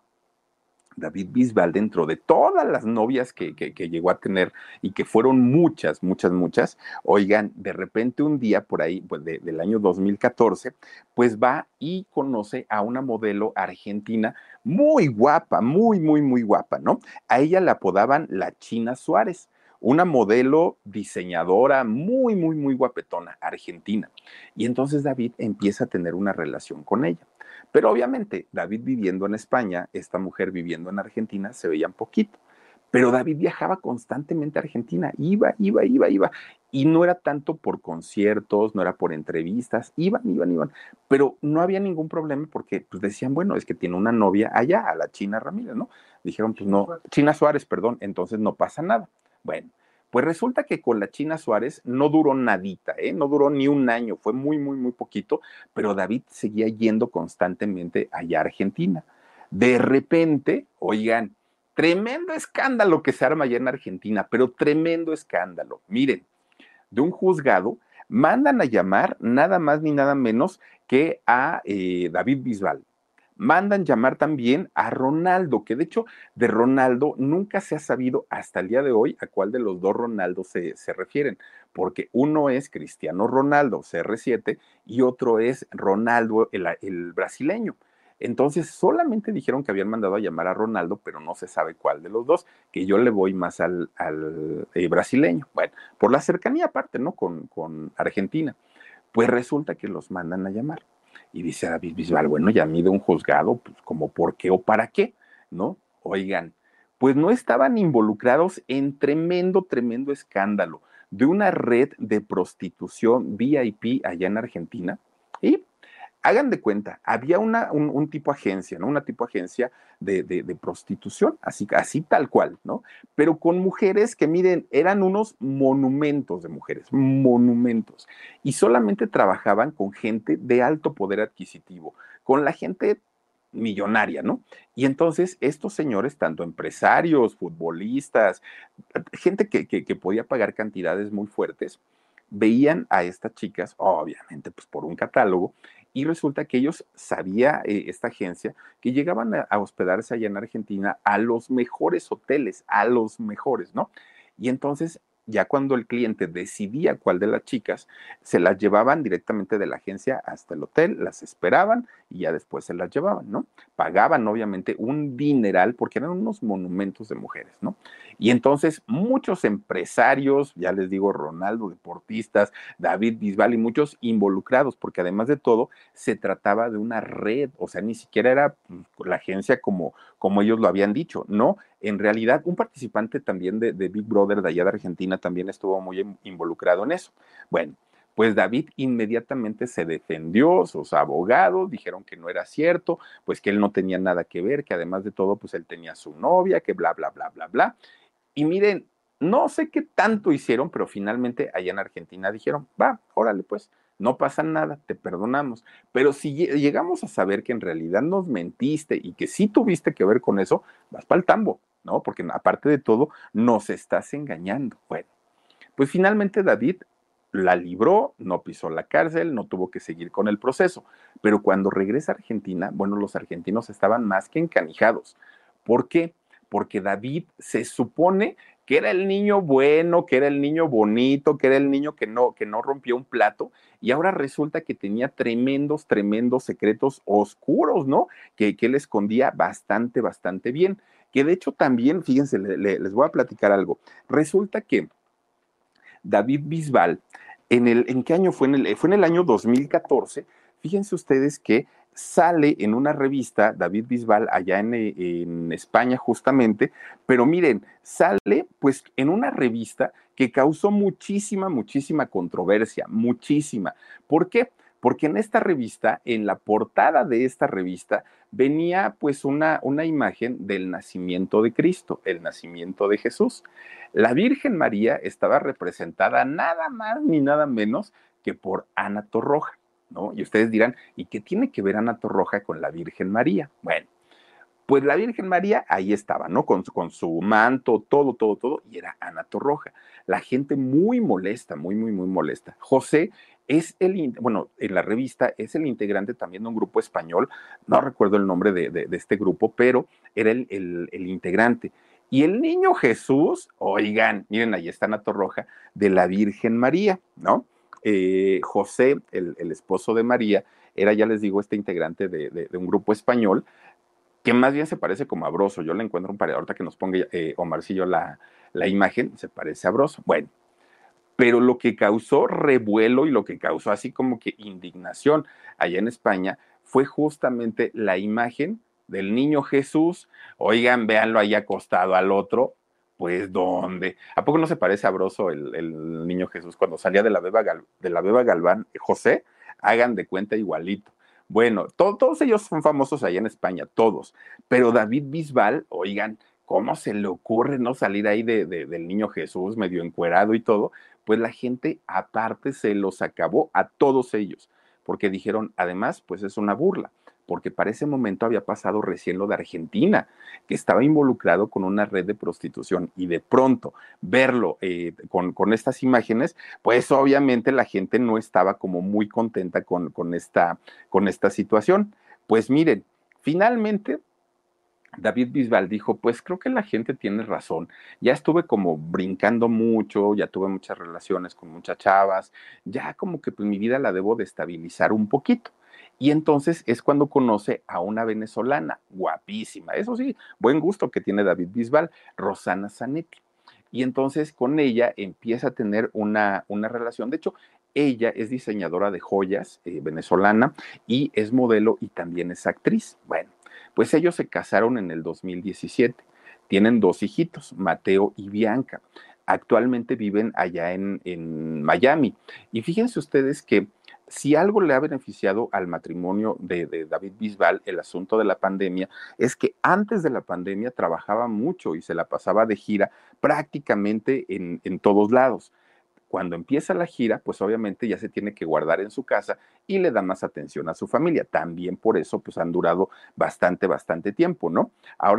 [SPEAKER 1] David Bisbal, dentro de todas las novias que llegó a tener y que fueron muchas, muchas, muchas, oigan, de repente un día por ahí, pues del año 2014, pues va y conoce a una modelo argentina muy guapa, muy, muy, muy guapa, ¿no? A ella la apodaban la China Suárez, una modelo diseñadora muy, muy, muy guapetona, argentina. Y entonces David empieza a tener una relación con ella. Pero obviamente, David viviendo en España, esta mujer viviendo en Argentina, se veían poquito. Pero David viajaba constantemente a Argentina, iba. Y no era tanto por conciertos, no era por entrevistas, iban. Pero no había ningún problema porque pues decían, bueno, es que tiene una novia allá, a la China Ramírez, ¿no? Dijeron, pues no, China Suárez, perdón, entonces no pasa nada. Bueno, pues resulta que con la China Suárez no duró nadita, ¿eh? No duró ni un año, fue muy, muy, muy poquito, pero David seguía yendo constantemente allá a Argentina. De repente, oigan, tremendo escándalo que se arma allá en Argentina, pero tremendo escándalo. Miren, de un juzgado mandan a llamar nada más ni nada menos que a David Bisbal. Mandan llamar también a Ronaldo, que de hecho de Ronaldo nunca se ha sabido hasta el día de hoy a cuál de los dos Ronaldo se refieren, porque uno es Cristiano Ronaldo, CR7, y otro es Ronaldo, el brasileño. Entonces solamente dijeron que habían mandado a llamar a Ronaldo, pero no se sabe cuál de los dos, que yo le voy más al brasileño. Bueno, por la cercanía aparte, ¿no? Con Argentina. Pues resulta que los mandan a llamar. Y dice David Bisbal, bueno, ya mide un juzgado, pues como por qué o para qué, ¿no? Oigan, pues no estaban involucrados en tremendo, tremendo escándalo de una red de prostitución VIP allá en Argentina. Y hagan de cuenta, había un tipo agencia, ¿no? Una tipo agencia de prostitución, así tal cual, ¿no? Pero con mujeres que, miren, eran unos monumentos de mujeres, monumentos. Y solamente trabajaban con gente de alto poder adquisitivo, con la gente millonaria, ¿no? Y entonces estos señores, tanto empresarios, futbolistas, gente que podía pagar cantidades muy fuertes, veían a estas chicas, obviamente, pues por un catálogo, y resulta que ellos sabía esta agencia que llegaban a hospedarse allá en Argentina a los mejores hoteles, a los mejores, ¿no? Y entonces, ya cuando el cliente decidía cuál de las chicas, se las llevaban directamente de la agencia hasta el hotel, las esperaban y ya después se las llevaban, ¿no? Pagaban obviamente un dineral porque eran unos monumentos de mujeres, ¿no? Y entonces muchos empresarios, ya les digo, Ronaldo, deportistas, David Bisbal y muchos involucrados, porque además de todo se trataba de una red, o sea, ni siquiera era la agencia como ellos lo habían dicho, no, en realidad un participante también de Big Brother de allá de Argentina también estuvo muy involucrado en eso. Bueno, pues David inmediatamente se defendió, sus abogados dijeron que no era cierto, pues que él no tenía nada que ver, que además de todo, pues él tenía su novia, que bla, bla, bla, bla, bla. Y miren, no sé qué tanto hicieron, pero finalmente allá en Argentina dijeron, va, órale pues, no pasa nada, te perdonamos. Pero si llegamos a saber que en realidad nos mentiste y que sí tuviste que ver con eso, vas para el tambo, ¿no? Porque aparte de todo, nos estás engañando. Bueno, pues finalmente David la libró, no pisó la cárcel, no tuvo que seguir con el proceso. Pero cuando regresa a Argentina, bueno, los argentinos estaban más que encanijados. ¿Por qué? Porque David se supone que era el niño bueno, que era el niño bonito, que era el niño que no rompió un plato, y ahora resulta que tenía tremendos, tremendos secretos oscuros, ¿no? Que él escondía bastante, bastante bien. Que de hecho también, fíjense, les voy a platicar algo. Resulta que David Bisbal, ¿en qué año fue? Fue en el año 2014. Fíjense ustedes que sale en una revista, David Bisbal, allá en España justamente, pero miren, sale pues en una revista que causó muchísima, muchísima controversia, muchísima. ¿Por qué? Porque en esta revista, en la portada de esta revista, venía pues una imagen del nacimiento de Cristo, el nacimiento de Jesús. La Virgen María estaba representada nada más ni nada menos que por Ana Torroja, ¿no? Y ustedes dirán, ¿y qué tiene que ver Ana Torroja con la Virgen María? Bueno, pues la Virgen María ahí estaba, ¿no? Con su manto, todo, todo, todo, y era Ana Torroja. La gente muy molesta, muy, muy, muy molesta. José es bueno, en la revista es el integrante también de un grupo español, no recuerdo el nombre de este grupo, pero era el integrante. Y el niño Jesús, oigan, miren, ahí está Ana Torroja, de la Virgen María, ¿no? José, el esposo de María, era, ya les digo, este integrante de un grupo español que más bien se parece como a Broso. Yo le encuentro un paredor, ahorita que nos ponga Omarcillo la imagen, se parece a Broso. Bueno, pero lo que causó revuelo y lo que causó así como que indignación allá en España fue justamente la imagen del niño Jesús. Oigan, véanlo ahí acostado al otro. Pues, ¿dónde? ¿A poco no se parece a Broso el niño Jesús cuando salía de la Beba Galván? José, hagan de cuenta igualito. Bueno, todos ellos son famosos allá en España, todos. Pero David Bisbal, oigan, ¿cómo se le ocurre no salir ahí del niño Jesús medio encuerado y todo? Pues la gente aparte se los acabó a todos ellos, porque dijeron, además, pues es una burla, porque para ese momento había pasado recién lo de Argentina, que estaba involucrado con una red de prostitución, y de pronto verlo con estas imágenes, pues obviamente la gente no estaba como muy contenta con esta situación. Pues miren, finalmente David Bisbal dijo, pues creo que la gente tiene razón, ya estuve como brincando mucho, ya tuve muchas relaciones con muchas chavas, ya como que pues mi vida la debo de estabilizar un poquito. Y entonces es cuando conoce a una venezolana, guapísima, eso sí, buen gusto que tiene David Bisbal, Rosana Zanetti. Y entonces con ella empieza a tener una relación. De hecho, ella es diseñadora de joyas venezolana y es modelo y también es actriz. Bueno, pues ellos se casaron en el 2017. Tienen dos hijitos, Mateo y Bianca. Actualmente viven allá en Miami. Y fíjense ustedes que si algo le ha beneficiado al matrimonio de David Bisbal, el asunto de la pandemia, es que antes de la pandemia trabajaba mucho y se la pasaba de gira prácticamente en todos lados. Cuando empieza la gira, pues obviamente ya se tiene que guardar en su casa y le da más atención a su familia. También por eso, pues han durado bastante, bastante tiempo, ¿no? Ahora,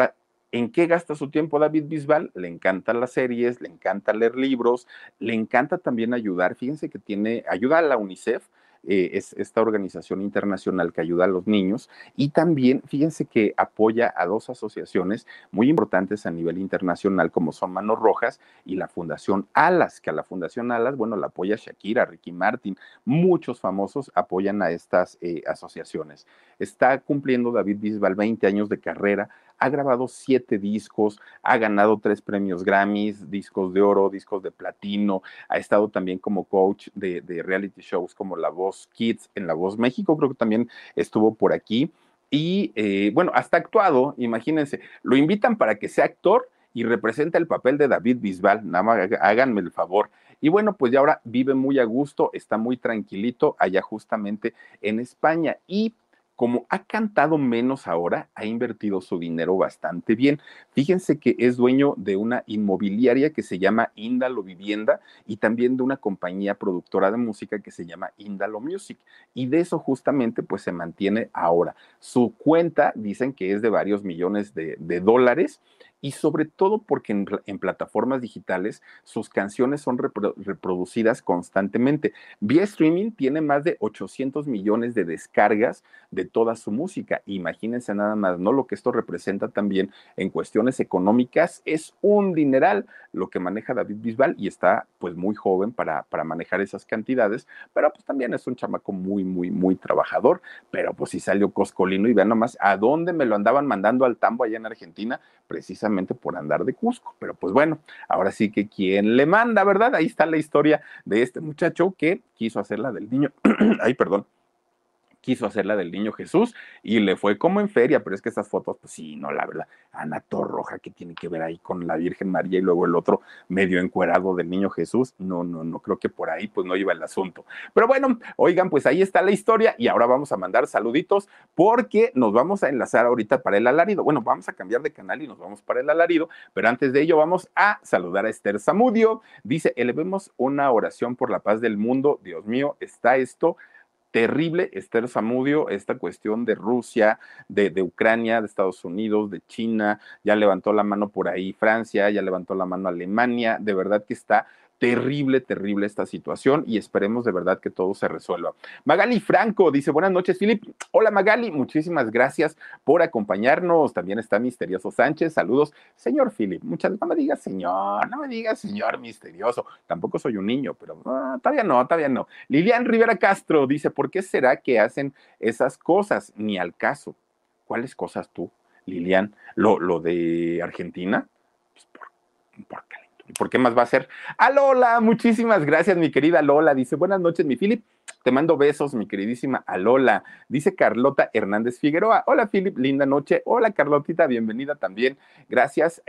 [SPEAKER 1] ¿En qué gasta su tiempo David Bisbal? Le encantan las series, le encanta leer libros, le encanta también ayudar. Fíjense que ayuda a la UNICEF, es esta organización internacional que ayuda a los niños, y también fíjense que apoya a dos asociaciones muy importantes a nivel internacional, como son Manos Rojas y la Fundación Alas, que a la Fundación Alas, bueno, la apoya Shakira, Ricky Martin, muchos famosos apoyan a estas asociaciones. Está cumpliendo David Bisbal 20 años de carrera, ha grabado 7 discos, ha ganado 3 premios Grammys, discos de oro, discos de platino, ha estado también como coach de reality shows como La Voz Kids en La Voz México, creo que también estuvo por aquí. Y bueno, hasta actuado, imagínense, lo invitan para que sea actor y representa el papel de David Bisbal, nada más háganme el favor. Y bueno, pues ya ahora vive muy a gusto, está muy tranquilito allá justamente en España. Y como ha cantado menos ahora, ha invertido su dinero bastante bien. Fíjense que es dueño de una inmobiliaria que se llama Índalo Vivienda y también de una compañía productora de música que se llama Índalo Music. Y de eso justamente pues se mantiene ahora. Su cuenta dicen que es de varios millones de dólares y sobre todo porque en plataformas digitales sus canciones son reproducidas constantemente. Vía streaming tiene más de 800 millones de descargas de toda su música. Imagínense nada más, ¿no? Lo que esto representa también en cuestiones económicas es un dineral lo que maneja David Bisbal y está pues muy joven para manejar esas cantidades, pero pues también es un chamaco muy, muy, muy trabajador, pero pues sí salió coscolino y vean nomás a dónde me lo andaban mandando al tambo allá en Argentina, precisamente por andar de Cusco, pero pues bueno, ahora sí que quién le manda, ¿verdad? Ahí está la historia de este muchacho que quiso hacerla del niño, ay, perdón, quiso hacerla del niño Jesús y le fue como en feria, pero es que esas fotos, pues sí, no, la verdad, Ana Torroja, que tiene que ver ahí con la Virgen María y luego el otro medio encuerado del niño Jesús, no, no, no, creo que por ahí pues no iba el asunto. Pero bueno, oigan, pues ahí está la historia y ahora vamos a mandar saluditos porque nos vamos a enlazar ahorita para el alarido. Bueno, vamos a cambiar de canal y nos vamos para el alarido, pero antes de ello vamos a saludar a Esther Zamudio. Dice, elevemos una oración por la paz del mundo. Dios mío, está esto terrible, Esther Zamudio, esta cuestión de Rusia, de Ucrania, de Estados Unidos, de China, ya levantó la mano por ahí Francia, ya levantó la mano Alemania, de verdad que está terrible, terrible esta situación y esperemos de verdad que todo se resuelva. Magali Franco dice, buenas noches, Philip. Hola Magali, muchísimas gracias por acompañarnos. También está Misterioso Sánchez, saludos. Señor Philip, no me digas señor, no me digas señor misterioso. Tampoco soy un niño, pero todavía no, todavía no. Lilian Rivera Castro dice, ¿por qué será que hacen esas cosas? Ni al caso. ¿Cuáles cosas tú, Lilian? ¿Lo de Argentina? Pues ¿por qué? ¿Por qué más va a ser? ¡A Lola! Muchísimas gracias, mi querida Lola. Dice, buenas noches, mi Philip. Te mando besos, mi queridísima Alola. Dice Carlota Hernández Figueroa. Hola, Philip, linda noche. Hola, Carlotita, bienvenida también. Gracias.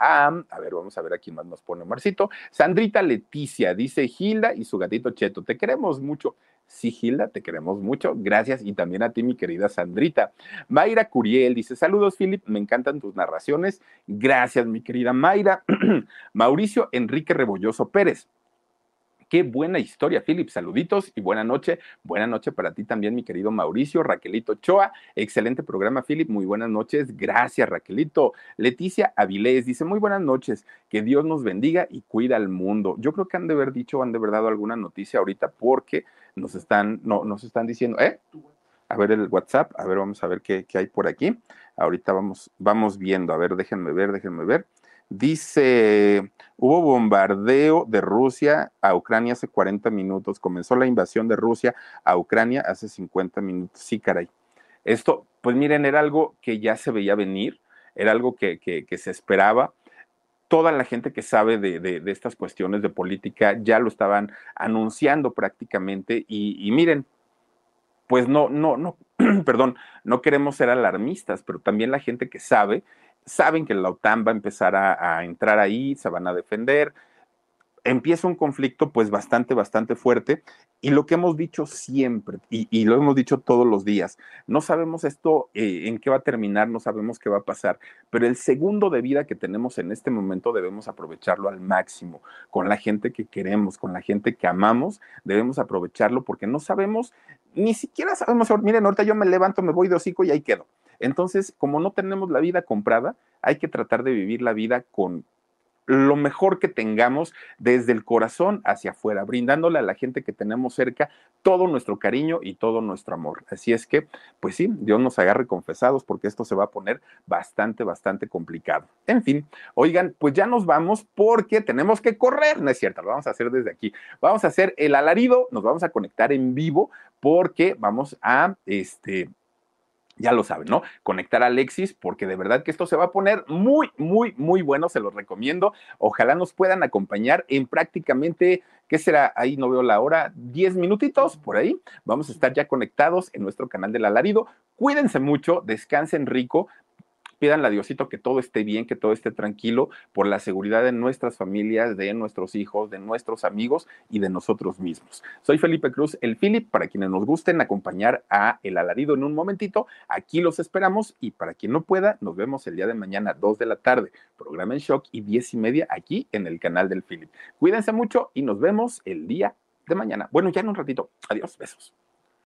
[SPEAKER 1] A ver, vamos a ver a quién más nos pone Marcito. Sandrita Leticia, dice Gilda y su gatito Cheto. Te queremos mucho. Sí, Gilda, te queremos mucho. Gracias. Y también a ti, mi querida Sandrita. Mayra Curiel dice, saludos, Philip. Me encantan tus narraciones. Gracias, mi querida Mayra. Mauricio Enrique Rebolloso Pérez. Qué buena historia, Philip. Saluditos y buena noche. Buena noche para ti también, mi querido Mauricio. Raquelito Choa, excelente programa, Philip. Muy buenas noches. Gracias, Raquelito. Leticia Avilés dice, muy buenas noches. Que Dios nos bendiga y cuida al mundo. Yo creo que han de haber dicho, han de haber dado alguna noticia ahorita porque nos están diciendo, a ver el WhatsApp, a ver, vamos a ver qué hay por aquí. Ahorita vamos viendo. A ver, déjenme ver. Dice, hubo bombardeo de Rusia a Ucrania hace 40 minutos. Comenzó la invasión de Rusia a Ucrania hace 50 minutos. Sí, caray. Esto, pues miren, era algo que ya se veía venir, era algo que se esperaba. Toda la gente que sabe de estas cuestiones de política ya lo estaban anunciando prácticamente y miren, pues no, perdón, no queremos ser alarmistas, pero también la gente que saben que la OTAN va a empezar a entrar ahí, se van a defender, empieza un conflicto pues bastante fuerte y lo que hemos dicho siempre y lo hemos dicho todos los días, no sabemos esto en qué va a terminar, no sabemos qué va a pasar, pero el segundo de vida que tenemos en este momento debemos aprovecharlo al máximo, con la gente que queremos, con la gente que amamos, debemos aprovecharlo porque no sabemos, ni siquiera sabemos, miren, ahorita yo me levanto, me voy de hocico y ahí quedo. Entonces, como no tenemos la vida comprada, hay que tratar de vivir la vida con lo mejor que tengamos desde el corazón hacia afuera, brindándole a la gente que tenemos cerca todo nuestro cariño y todo nuestro amor. Así es que, pues sí, Dios nos agarre confesados porque esto se va a poner bastante, bastante complicado. En fin, oigan, pues ya nos vamos porque tenemos que correr, no es cierto, lo vamos a hacer desde aquí. Vamos a hacer el alarido, nos vamos a conectar en vivo porque vamos a, ya lo saben, ¿no? Conectar a Alexis, porque de verdad que esto se va a poner muy, muy, muy bueno, se los recomiendo. Ojalá nos puedan acompañar en prácticamente, ¿qué será? Ahí no veo la hora, 10 minutitos por ahí. Vamos a estar ya conectados en nuestro canal del Alarido. Cuídense mucho, descansen rico. Pídanle a Diosito que todo esté bien, que todo esté tranquilo por la seguridad de nuestras familias, de nuestros hijos, de nuestros amigos y de nosotros mismos. Soy Felipe Cruz, el Philip, para quienes nos gusten acompañar a El Alarido en un momentito, aquí los esperamos y para quien no pueda, nos vemos el día de mañana, 2 de la tarde, programa en Shock y 10:30 aquí en el canal del Philip. Cuídense mucho y nos vemos el día de mañana. Bueno, ya en un ratito. Adiós, besos.